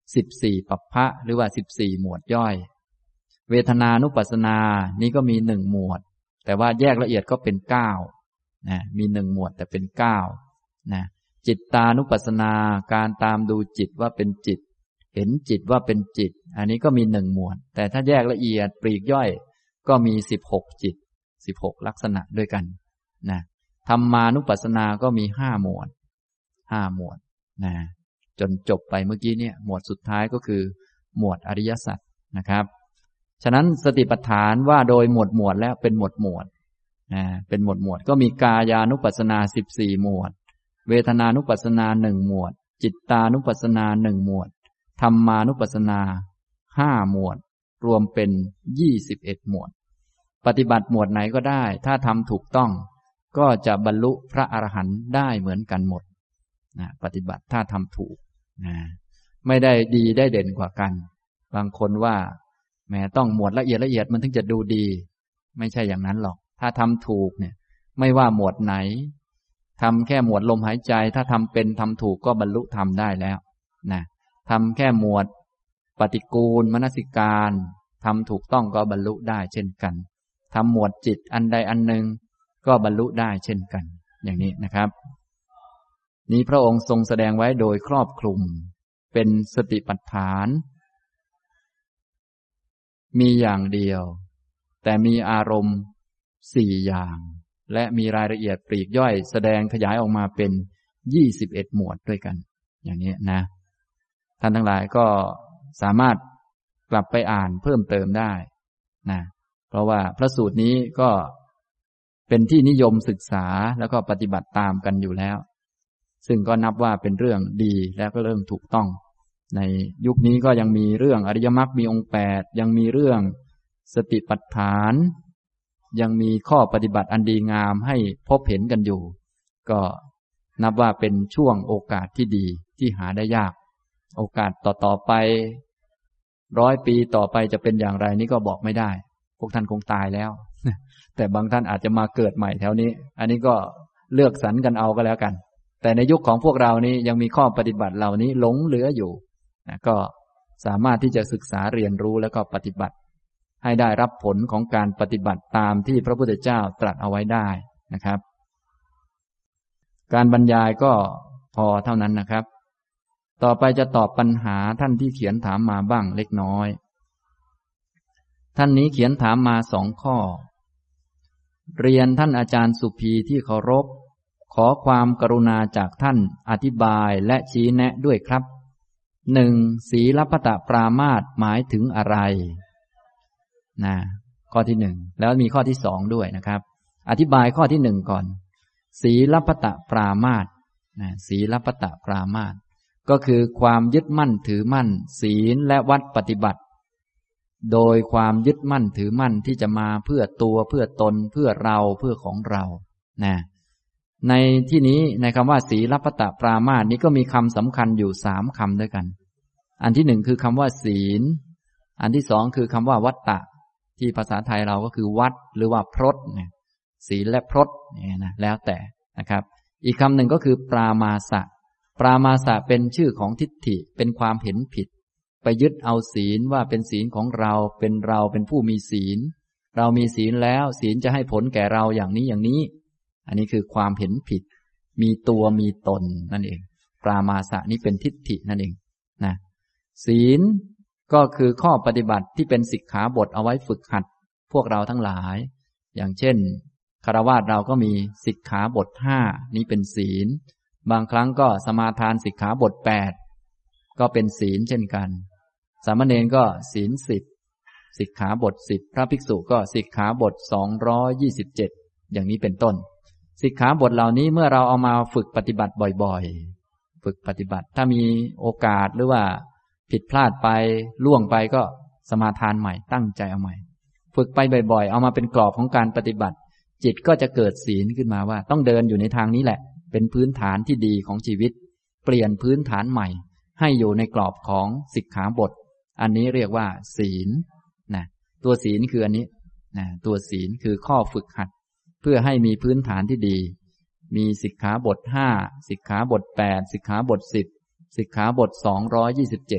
สิบสี่ปัปพะหรือว่าสิบสี่หมวดย่อยเวทนานุปัสสนานี้ก็มีหนึ่งหมวดแต่ว่าแยกละเอียดก็เป็นเก้านะมีหนึ่งหมวดแต่เป็นเก้านะจิตตานุปัสสนาการตามดูจิตว่าเป็นจิตเห็นจิตว่าเป็นจิตอันนี้ก็มีหนึ่งหมวดแต่ถ้าแยกละเอียดปลีกย่อยก็มีสิบหกจิตสิบหกลักษณะด้วยกันนะธรรมานุปัสสนาก็มีห้าหมวดห้าหมวดนะจนจบไปเมื่อกี้เนี่ยหมวดสุดท้ายก็คือหมวดอริยสัจนะครับฉะนั้นสติปัฏฐานว่าโดยหมวดหมวดแล้วเป็นหมวดหมวดนะเป็นหมวดหมวดก็มีกายานุปัสสนาสิบสี่หมวดเวทนานุปัสสนาหนึ่งหมวดจิตตานุปัสสนาหนึ่งหมวดธรรมานุปัสสนาห้าหมวดรวมเป็นยี่สิบเอ็ดหมวดปฏิบัติหมวดไหนก็ได้ถ้าทำถูกต้องก็จะบรรลุพระอรหันต์ได้เหมือนกันหมดนะปฏิบัติถ้าทำถูกนะไม่ได้ดีได้เด่นกว่ากันบางคนว่าแม้ต้องหมวดละเอียดละเอียดมันถึงจะดูดีไม่ใช่อย่างนั้นหรอกถ้าทำถูกเนี่ยไม่ว่าหมวดไหนทำแค่หมวดลมหายใจถ้าทำเป็นทำถูกก็บรรลุธรรมได้แล้วนะทำแค่หมวดปฏิกูลมนสิการทำถูกต้องก็บรรลุได้เช่นกันทำหมวดจิตอันใดอันหนึ่งก็บรรลุได้เช่นกันอย่างนี้นะครับนี้พระองค์ทรงแสดงไว้โดยครอบคลุมเป็นสติปัฏฐานมีอย่างเดียวแต่มีอารมณ์สี่อย่างและมีรายละเอียดปลีกย่อยแสดงขยายออกมาเป็นยี่สิบเอ็ดหมวดด้วยกันอย่างนี้นะท่านทั้งหลายก็สามารถกลับไปอ่านเพิ่มเติมได้นะเพราะว่าพระสูตรนี้ก็เป็นที่นิยมศึกษาแล้วก็ปฏิบัติตามกันอยู่แล้วซึ่งก็นับว่าเป็นเรื่องดีและก็เริ่มถูกต้องในยุคนี้ก็ยังมีเรื่องอริยมรรคมีองค์แปดยังมีเรื่องสติปัฏฐานยังมีข้อปฏิบัติอันดีงามให้พบเห็นกันอยู่ก็นับว่าเป็นช่วงโอกาสที่ดีที่หาได้ยากโอกาสต่อๆไปร้อยปีต่อไปจะเป็นอย่างไรนี่ก็บอกไม่ได้พวกท่านคงตายแล้วแต่บางท่านอาจจะมาเกิดใหม่แถวนี้อันนี้ก็เลือกสรรกันเอาก็แล้วกันแต่ในยุคของพวกเรานี้ยังมีข้อปฏิบัติเหล่านี้หลงเหลืออยู่นะก็สามารถที่จะศึกษาเรียนรู้แล้วก็ปฏิบัติให้ได้รับผลของการปฏิบัติตามที่พระพุทธเจ้าตรัสเอาไว้ได้นะครับการบรรยายก็พอเท่านั้นนะครับต่อไปจะตอบปัญหาท่านที่เขียนถามมาบ้างเล็กน้อยท่านนี้เขียนถามมาสองข้อเรียนท่านอาจารย์สุภีที่เคารพขอความกรุณาจากท่านอธิบายและชี้แนะด้วยครับหนึ่งศีลปตปรามาสหมายถึงอะไรนะข้อที่หนึ่งแล้วมีข้อที่สองด้วยนะครับอธิบายข้อที่หนึ่งก่อนศีลปตปรามาสนะศีลปตปรามาสก็คือความยึดมั่นถือมั่นศีลและวัดปฏิบัติโดยความยึดมั่นถือมั่นที่จะมาเพื่อตัวเพื่อตนเพื่อเราเพื่อของเรานะในที่นี้ในคำว่าศีลปตปรามาสนี้ก็มีคำสำคัญอยู่สามคำด้วยกันอันที่หนึ่งคือคำว่าศีลอันที่สองคือคำว่าวัตตะที่ภาษาไทยเราก็คือวัดหรือว่าพรตเนี่ยศีลและพรตเนี่ยนะแล้วแต่นะครับอีกคำหนึ่งก็คือปรามาสะปรามาสะเป็นชื่อของทิฏฐิเป็นความเห็นผิดไปยึดเอาศีลว่าเป็นศีลของเราเป็นเราเป็นผู้มีศีลเรามีศีลแล้วศีลจะให้ผลแก่เราอย่างนี้อย่างนี้อันนี้คือความเห็นผิดมีตัวมีตนนั่นเองปรามาสะนี้เป็นทิฏฐินั่นเองนะศีลก็คือข้อปฏิบัติที่เป็นสิกขาบทเอาไว้ฝึกหัดพวกเราทั้งหลายอย่างเช่นฆราวาสเราก็มีสิกขาบทห้านี้เป็นศีลบางครั้งก็สมาทานสิกขาบทแปดก็เป็นศีลเช่นกันสามเณรก็ศีลสิบสิกขาบทสิบพระภิกษุก็สิกขาบทสองร้อยยี่สิบเจ็ดอย่างนี้เป็นต้นสิกขาบทเหล่านี้เมื่อเราเอามาฝึกปฏิบัติบ่อยๆฝึกปฏิบัติถ้ามีโอกาสหรือว่าผิดพลาดไปล่วงไปก็สมาทานใหม่ตั้งใจเอาใหม่ฝึกไปบ่อยๆเอามาเป็นกรอบของการปฏิบัติจิตก็จะเกิดศีลขึ้นมาว่าต้องเดินอยู่ในทางนี้แหละเป็นพื้นฐานที่ดีของชีวิตเปลี่ยนพื้นฐานใหม่ให้อยู่ในกรอบของสิกขาบทอันนี้เรียกว่าศีลนะตัวศีลคืออันนี้นะตัวศีลคือข้อฝึกหัดเพื่อให้มีพื้นฐานที่ดีมีสิกขาบทห้าสิกขาบทแปดสิกขาบทสิบสิกขาบทสองร้อยยี่สิบเจ็ด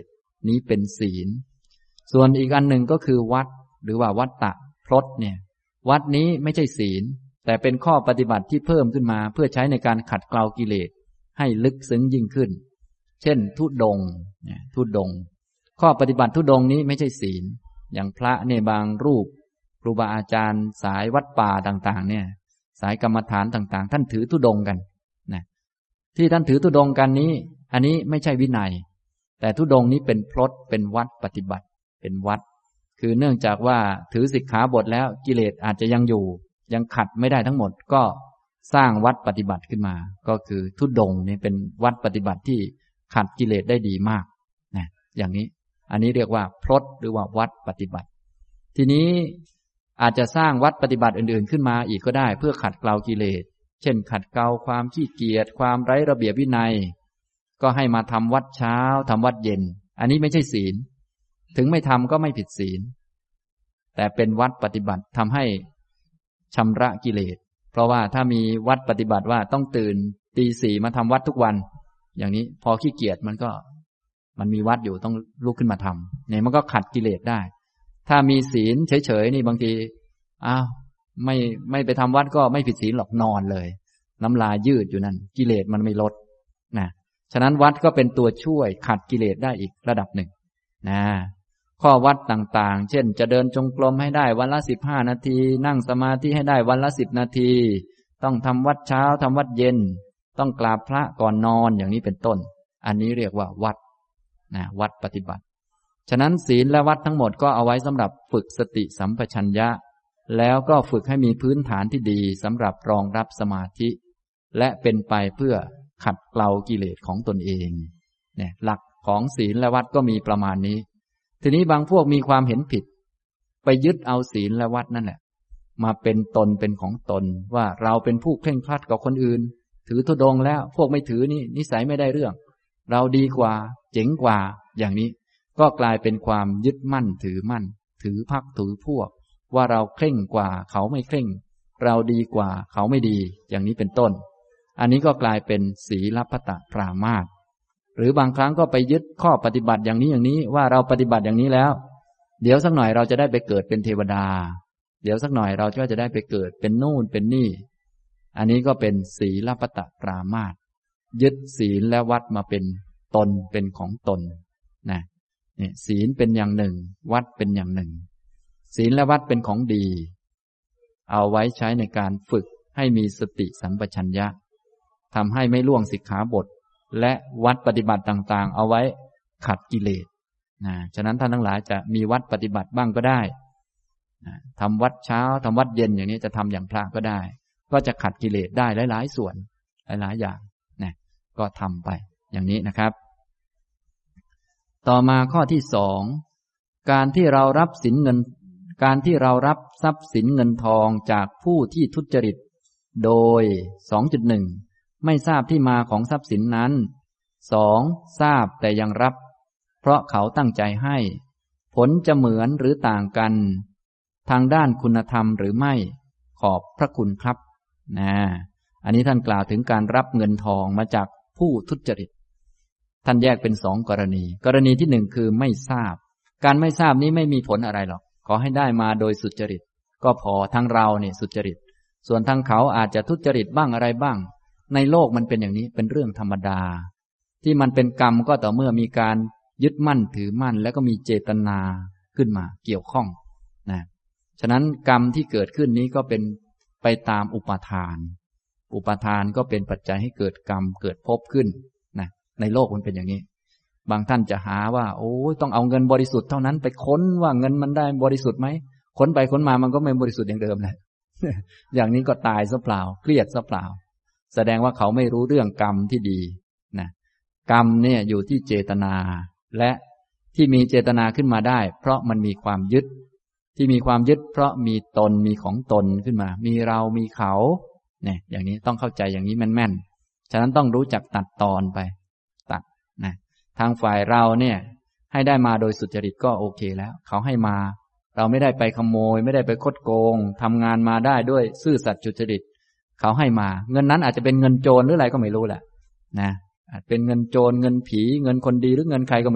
นี้เป็นศีลส่วนอีกอันหนึ่งก็คือวัดหรือว่าวัตตะพรตเนี่ยวัดนี้ไม่ใช่ศีลแต่เป็นข้อปฏิบัติที่เพิ่มขึ้นมาเพื่อใช้ในการขัดเกลากิเลสให้ลึกซึ้งยิ่งขึ้นเช่นทุดงค์เนี่ยทุดงค์ข้อปฏิบัติทุดงค์นี้ไม่ใช่ศีลอย่างพระเนี่ยบางรูปครูบาอาจารย์สายวัดป่าต่างๆเนี่ยสายกรรมฐานต่างๆท่านถือทุดงค์กันนะที่ท่านถือทุดงค์กันนี้อันนี้ไม่ใช่วินัยแต่ทุดงค์นี้เป็นพรตเป็นวัดปฏิบัติเป็นวัดคือเนื่องจากว่าถือสิกขาบทแล้วกิเลสอาจจะยังอยู่ยังขัดไม่ได้ทั้งหมดก็สร้างวัดปฏิบัติขึ้นมาก็คือทุดงค์นี่เป็นวัดปฏิบัติที่ขัดกิเลสได้ดีมากนะอย่างนี้อันนี้เรียกว่าพรตหรือว่าวัดปฏิบัติทีนี้อาจจะสร้างวัดปฏิบัติอื่นๆขึ้นมาอีกก็ได้เพื่อขัดเกลากิเลสเช่นขัดเกลาความขี้เกียจความไร้ระเบียบวินัยก็ให้มาทำวัดเช้าทำวัดเย็นอันนี้ไม่ใช่ศีลถึงไม่ทำก็ไม่ผิดศีลแต่เป็นวัดปฏิบัติทำให้ชำระกิเลสเพราะว่าถ้ามีวัดปฏิบัติว่าต้องตื่นตีสี่มาทำวัดทุกวันอย่างนี้พอขี้เกียจมันก็มันมีวัดอยู่ต้องลุกขึ้นมาทำเนี่ยมันก็ขัดกิเลสได้ถ้ามีศีลเฉยๆนี่บางทีอ้าวไม่ไม่ไปทำวัดก็ไม่ผิดศีลหรอกนอนเลยน้ำลายยืดอยู่นั่นกิเลสมันไม่ลดนะฉะนั้นวัดก็เป็นตัวช่วยขัดกิเลสได้อีกระดับหนึ่งนะข้อวัดต่างๆเช่นจะเดินจงกรมให้ได้วันละสิบห้านาทีนั่งสมาธิให้ได้วันละสิบนาทีต้องทำวัดเช้าทำวัดเย็นต้องกราบพระก่อนนอนอย่างนี้เป็นต้นอันนี้เรียกว่าวัดนะวัดปฏิบัติฉะนั้นศีลและวัดทั้งหมดก็เอาไว้สำหรับฝึกสติสัมปชัญญะแล้วก็ฝึกให้มีพื้นฐานที่ดีสำหรับรองรับสมาธิและเป็นไปเพื่อขัดเกลากิเลสของตนเองเนี่ยหลักของศีลและวัดก็มีประมาณนี้ทีนี้บางพวกมีความเห็นผิดไปยึดเอาศีลและวัดนั่นแหละมาเป็นตนเป็นของตนว่าเราเป็นผู้เคร่งครัดกว่าคนอื่นถือธุดงค์แล้วพวกไม่ถือนี่นิสัยไม่ได้เรื่องเราดีกว่าเจ๋งกว่าอย่างนี้ก็กลายเป็นความยึดมั่นถือมั่นถือพรรคถือพวกว่าเราเคร่งกว่าเขาไม่เคร่งเราดีกว่าเขาไม่ดีอย่างนี้เป็นต้นอันนี้ก็กลายเป็นศีลพัตตปรามาสหรือบางครั้งก็ไปยึดข้อปฏิบัติอย่างนี้อย่างนี้ว่าเราปฏิบัติอย่างนี้แล้วเดี๋ยวสักหน่อยเราจะได้ไปเกิดเป็นเทวดาเดี๋ยวสักหน่อยเราก็จะได้ไปเกิดเป็นนู่นเป็นนี่อันนี้ก็เป็นศีลพัตตปรามาสยึดศีลและวัดมาเป็นตนเป็นของตนนะเนี่ยศีลเป็นอย่างหนึ่งวัดเป็นอย่างหนึ่งศีลและวัดเป็นของดีเอาไว้ใช้ในการฝึกให้มีสติสัมปชัญญะทำให้ไม่ล่วงสิกขาบทและวัดปฏิบัติต่างๆเอาไว้ขัดกิเลสนะฉะนั้นท่านทั้งหลายจะมีวัดปฏิบัติบ้างก็ได้นะทำวัดเช้าทำวัดเย็นอย่างนี้จะทำอย่างพระก็ได้ก็จะขัดกิเลสได้หลายๆส่วนหลายๆอย่างนะก็ทำไปอย่างนี้นะครับต่อมาข้อที่สองการที่เรารับสินเงินการที่เรารับทรัพย์สินเงินทองจากผู้ที่ทุจริตโดย สองจุดหนึ่ง ไม่ทราบที่มาของทรัพย์สินนั้น สอง ทราบแต่ยังรับเพราะเขาตั้งใจให้ผลจะเหมือนหรือต่างกันทางด้านคุณธรรมหรือไม่ขอบพระคุณครับนะอันนี้ท่านกล่าวถึงการรับเงินทองมาจากผู้ทุจริตท่านแยกเป็นสองกรณีกรณีที่หนึ่งคือไม่ทราบการไม่ทราบนี้ไม่มีผลอะไรหรอกขอให้ได้มาโดยสุจริตก็พอทั้งเราเนี่ยสุจริตส่วนทางเขาอาจจะทุจริตบ้างอะไรบ้างในโลกมันเป็นอย่างนี้เป็นเรื่องธรรมดาที่มันเป็นกรรมก็ต่อเมื่อมีการยึดมั่นถือมั่นแล้วก็มีเจตนาขึ้นมาเกี่ยวข้องนะฉะนั้นกรรมที่เกิดขึ้นนี้ก็เป็นไปตามอุปาทานอุปาทานก็เป็นปัจจัยให้เกิดกรรมเกิดภพขึ้นนะในโลกมันเป็นอย่างนี้บางท่านจะหาว่าโอ้ยต้องเอาเงินบริสุทธิ์เท่านั้นไปค้นว่าเงินมันได้บริสุทธิ์ไหมค้นไปค้นมามันก็ไม่บริสุทธิ์อย่างเดิมเลย อย่างนี้ก็ตายซะเปล่าเครียดซะเปล่าแสดงว่าเขาไม่รู้เรื่องกรรมที่ดีนะกรรมเนี่ยอยู่ที่เจตนาและที่มีเจตนาขึ้นมาได้เพราะมันมีความยึดที่มีความยึดเพราะมีตนมีของตนขึ้นมามีเรามีเขาเนี่ยอย่างนี้ต้องเข้าใจอย่างนี้แม่นๆฉะนั้นต้องรู้จักตัดตอนไปตัดนะทางฝ่ายเราเนี่ยให้ได้มาโดยสุจริตก็โอเคแล้วเขาให้มาเราไม่ได้ไปขโมยไม่ได้ไปคดโกงทำงานมาได้ด้วยซื่อสัตย์สุจริตเขาให้มาเงินนั้นอาจจะเป็นเงินโจรหรืออะไรก็ไม่รู้แหละนะอาจเป็นเงินโจรเงินผีเงินคนดีหรือเงินใครก็ไม่รู้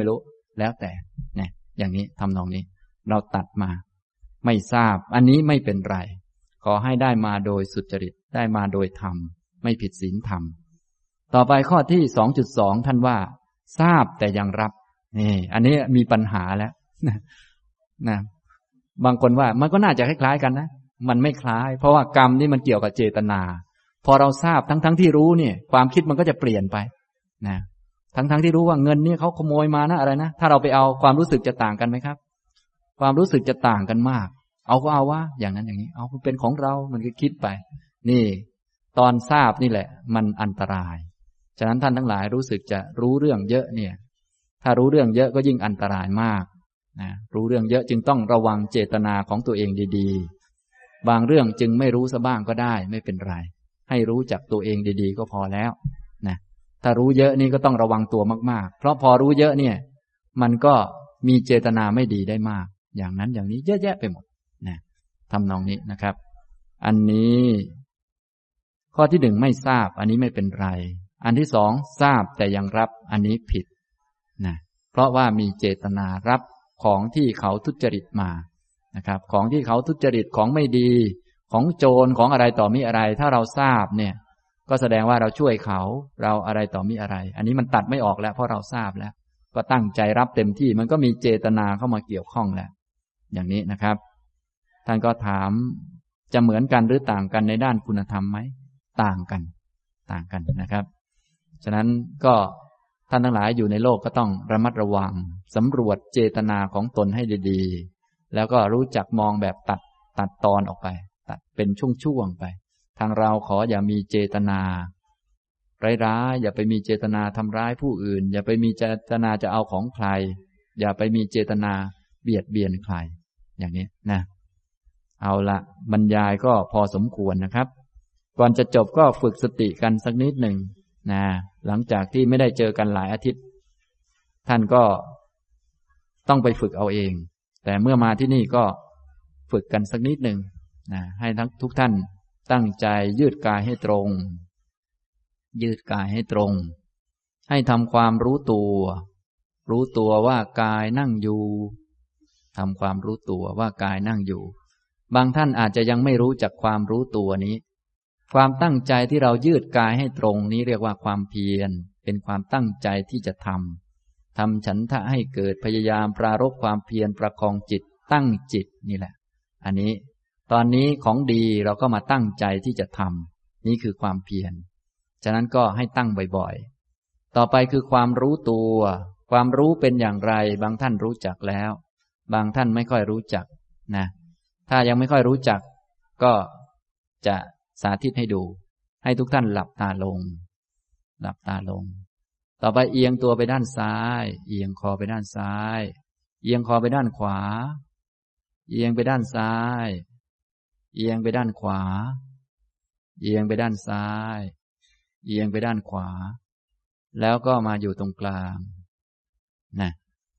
แล้วแต่เนี่ยอย่างนี้ทำนองนี้เราตัดมาไม่ทราบอันนี้ไม่เป็นไรขอให้ได้มาโดยสุจริตได้มาโดยธรรมไม่ผิดศีลธรรมต่อไปข้อที่ สองจุดสอง ท่านว่าทราบแต่ยังรับนี่อันนี้มีปัญหาแล้วนะนะบางคนว่ามันก็น่าจะคล้ายๆกันนะมันไม่คล้ายเพราะว่ากรรมนี่มันเกี่ยวกับเจตนาพอเราทราบทั้งๆ ท, ที่รู้เนี่ยความคิดมันก็จะเปลี่ยนไปนะทั้งๆ ท, ที่รู้ว่าเงินนี่เขาขโมยมานะอะไรนะถ้าเราไปเอาความรู้สึกจะต่างกันไหมครับความรู้สึกจะต่างกันมากเอาก็เอาว่าอย่างนั้นอย่างนี้เอาเป็นของเรามันก็คิดไปนี่ตอนทราบนี่แหละมันอันตรายฉะนั้นท่านทั้งหลายรู้สึกจะรู้เรื่องเยอะเนี่ยถ้ารู้เรื่องเยอะก็ยิ่งอันตรายมากนะรู้เรื่องเยอะจึงต้องระวังเจตนาของตัวเองดีๆบางเรื่องจึงไม่รู้ซะบ้างก็ได้ไม่เป็นไรให้รู้จักตัวเองดีๆก็พอแล้วนะถ้ารู้เยอะนี่ก็ต้องระวังตัวมากๆเพราะพอรู้เยอะเนี่ยมันก็มีเจตนาไม่ดีได้มากอย่างนั้นอย่างนี้เยอะแยะไปหมดนะทำนองนี้นะครับอันนี้ข้อที่หนึ่งไม่ทราบอันนี้ไม่เป็นไรอันที่สองทราบแต่ยังรับอันนี้ผิดนะเพราะว่ามีเจตนารับของที่เขาทุจริตมานะครับของที่เขาทุจริตของไม่ดีของโจรของอะไรต่อมีอะไรถ้าเราทราบเนี่ยก็แสดงว่าเราช่วยเขาเราอะไรต่อมีอะไรอันนี้มันตัดไม่ออกแล้วเพราะเราทราบแล้วก็ตั้งใจรับเต็มที่มันก็มีเจตนาเข้ามาเกี่ยวข้องแล้วอย่างนี้นะครับท่านก็ถามจะเหมือนกันหรือต่างกันในด้านคุณธรรมไหมต่างกันต่างกันนะครับฉะนั้นก็ท่านทั้งหลายอยู่ในโลกก็ต้องระมัดระวังสำรวจเจตนาของตนให้ดีๆแล้วก็รู้จักมองแบบตัดตัดตอนออกไปตัดเป็นช่วงๆไปทางเราขออย่ามีเจตนาร้ายๆอย่าไปมีเจตนาทำร้ายผู้อื่นอย่าไปมีเจตนาจะเอาของใครอย่าไปมีเจตนาเบียดเบียนใครอย่างนี้นะเอาละบรรยายก็พอสมควรนะครับก่อนจะจบก็ฝึกสติกันสักนิดหนึ่งนะหลังจากที่ไม่ได้เจอกันหลายอาทิตย์ท่านก็ต้องไปฝึกเอาเองแต่เมื่อมาที่นี่ก็ฝึกกันสักนิดหนึ่งนะให้ทั้งทุกท่านตั้งใจยืดกายให้ตรงยืดกายให้ตรงให้ทำความรู้ตัวรู้ตัวว่ากายนั่งอยู่ทำความรู้ตัวว่ากายนั่งอยู่บางท่านอาจจะยังไม่รู้จักความรู้ตัวนี้ความตั้งใจที่เรายืดกายให้ตรงนี้เรียกว่าความเพียรเป็นความตั้งใจที่จะทำทำฉันทะให้เกิดพยายามปรารภความเพียรประคองจิตตั้งจิตนี่แหละอันนี้ตอนนี้ของดีเราก็มาตั้งใจที่จะทำนี่คือความเพียรฉะนั้นก็ให้ตั้งบ่อยๆต่อไปคือความรู้ตัวความรู้เป็นอย่างไรบางท่านรู้จักแล้วบางท่านไม่ค่อยรู้จักนะถ้ายังไม่ค่อยรู้จักก็จะสาธิตให้ดูให้ทุกท่านหลับตาลงหลับตาลงต่อไปเอียงตัวไปด้านซ้ายเอียงคอไปด้านซ้ายเอียงคอไปด้านขวาเอียงไปด้านซ้ายเอียงไปด้านขวาเอียงไปด้านซ้ายเอียงไปด้านขวาแล้วก็มาอยู่ตรงกลางนะ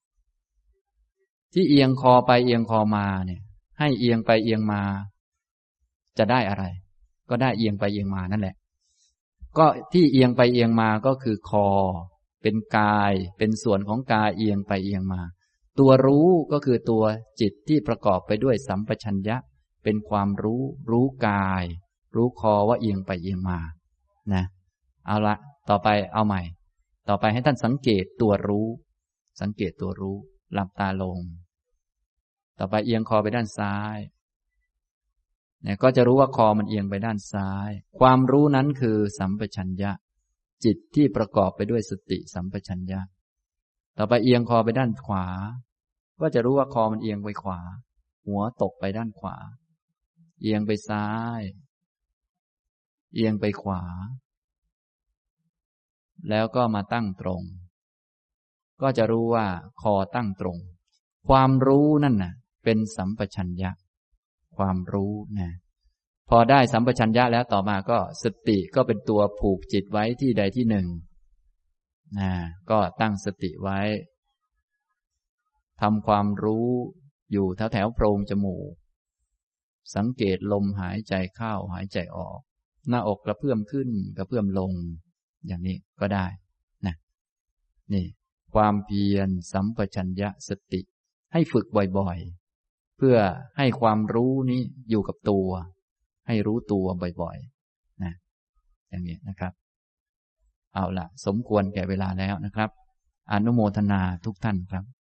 ที่เอียงคอไปเอียงคอมาเนี่ยให้เอียงไปเอียงมาจะได้อะไรก็ได้เอียงไปเอียงมานั่นแหละก็ที่เอียงไปเอียงมาก็คือคอเป็นกายเป็นส่วนของกายเอียงไปเอียงมาตัวรู้ก็คือตัวจิตที่ประกอบไปด้วยสัมปชัญญะเป็นความรู้รู้กายรู้คอว่าเอียงไปเอียงมานะเอาละต่อไปเอาใหม่ต่อไปให้ท่านสังเกตตัวรู้สังเกตตัวรู้หลับตาลงต่อไปเอียงคอไปด้านซ้ายเนี่ยก็จะรู้ว่าคอมันเอียงไปด้านซ้ายความรู้นั้นคือสัมปชัญญะจิตที่ประกอบไปด้วยสติสัมปชัญญะต่อไปเอียงคอไปด้านขวาก็จะรู้ว่าคอมันเอียงไปขวาหัวตกไปด้านขวาเอียงไปซ้ายเอียงไปขวาแล้วก็มาตั้งตรงก็จะรู้ว่าคอตั้งตรงความรู้นั่นน่ะเป็นสัมปชัญญะความรู้นะพอได้สัมปชัญญะแล้วต่อมาก็สติก็เป็นตัวผูกจิตไว้ที่ใดที่หนึ่งนะก็ตั้งสติไว้ทำความรู้อยู่แถวแถวโพรงจมูกสังเกตลมหายใจเข้าหายใจออกหน้าอกกระเพื่อมขึ้นกระเพื่อมลงอย่างนี้ก็ได้นะนี่ความเพียรสัมปชัญญะสติให้ฝึกบ่อยๆเพื่อให้ความรู้นี้อยู่กับตัวให้รู้ตัวบ่อยๆนะอย่างนี้นะครับเอาละสมควรแก่เวลาแล้วนะครับอนุโมทนาทุกท่านครับ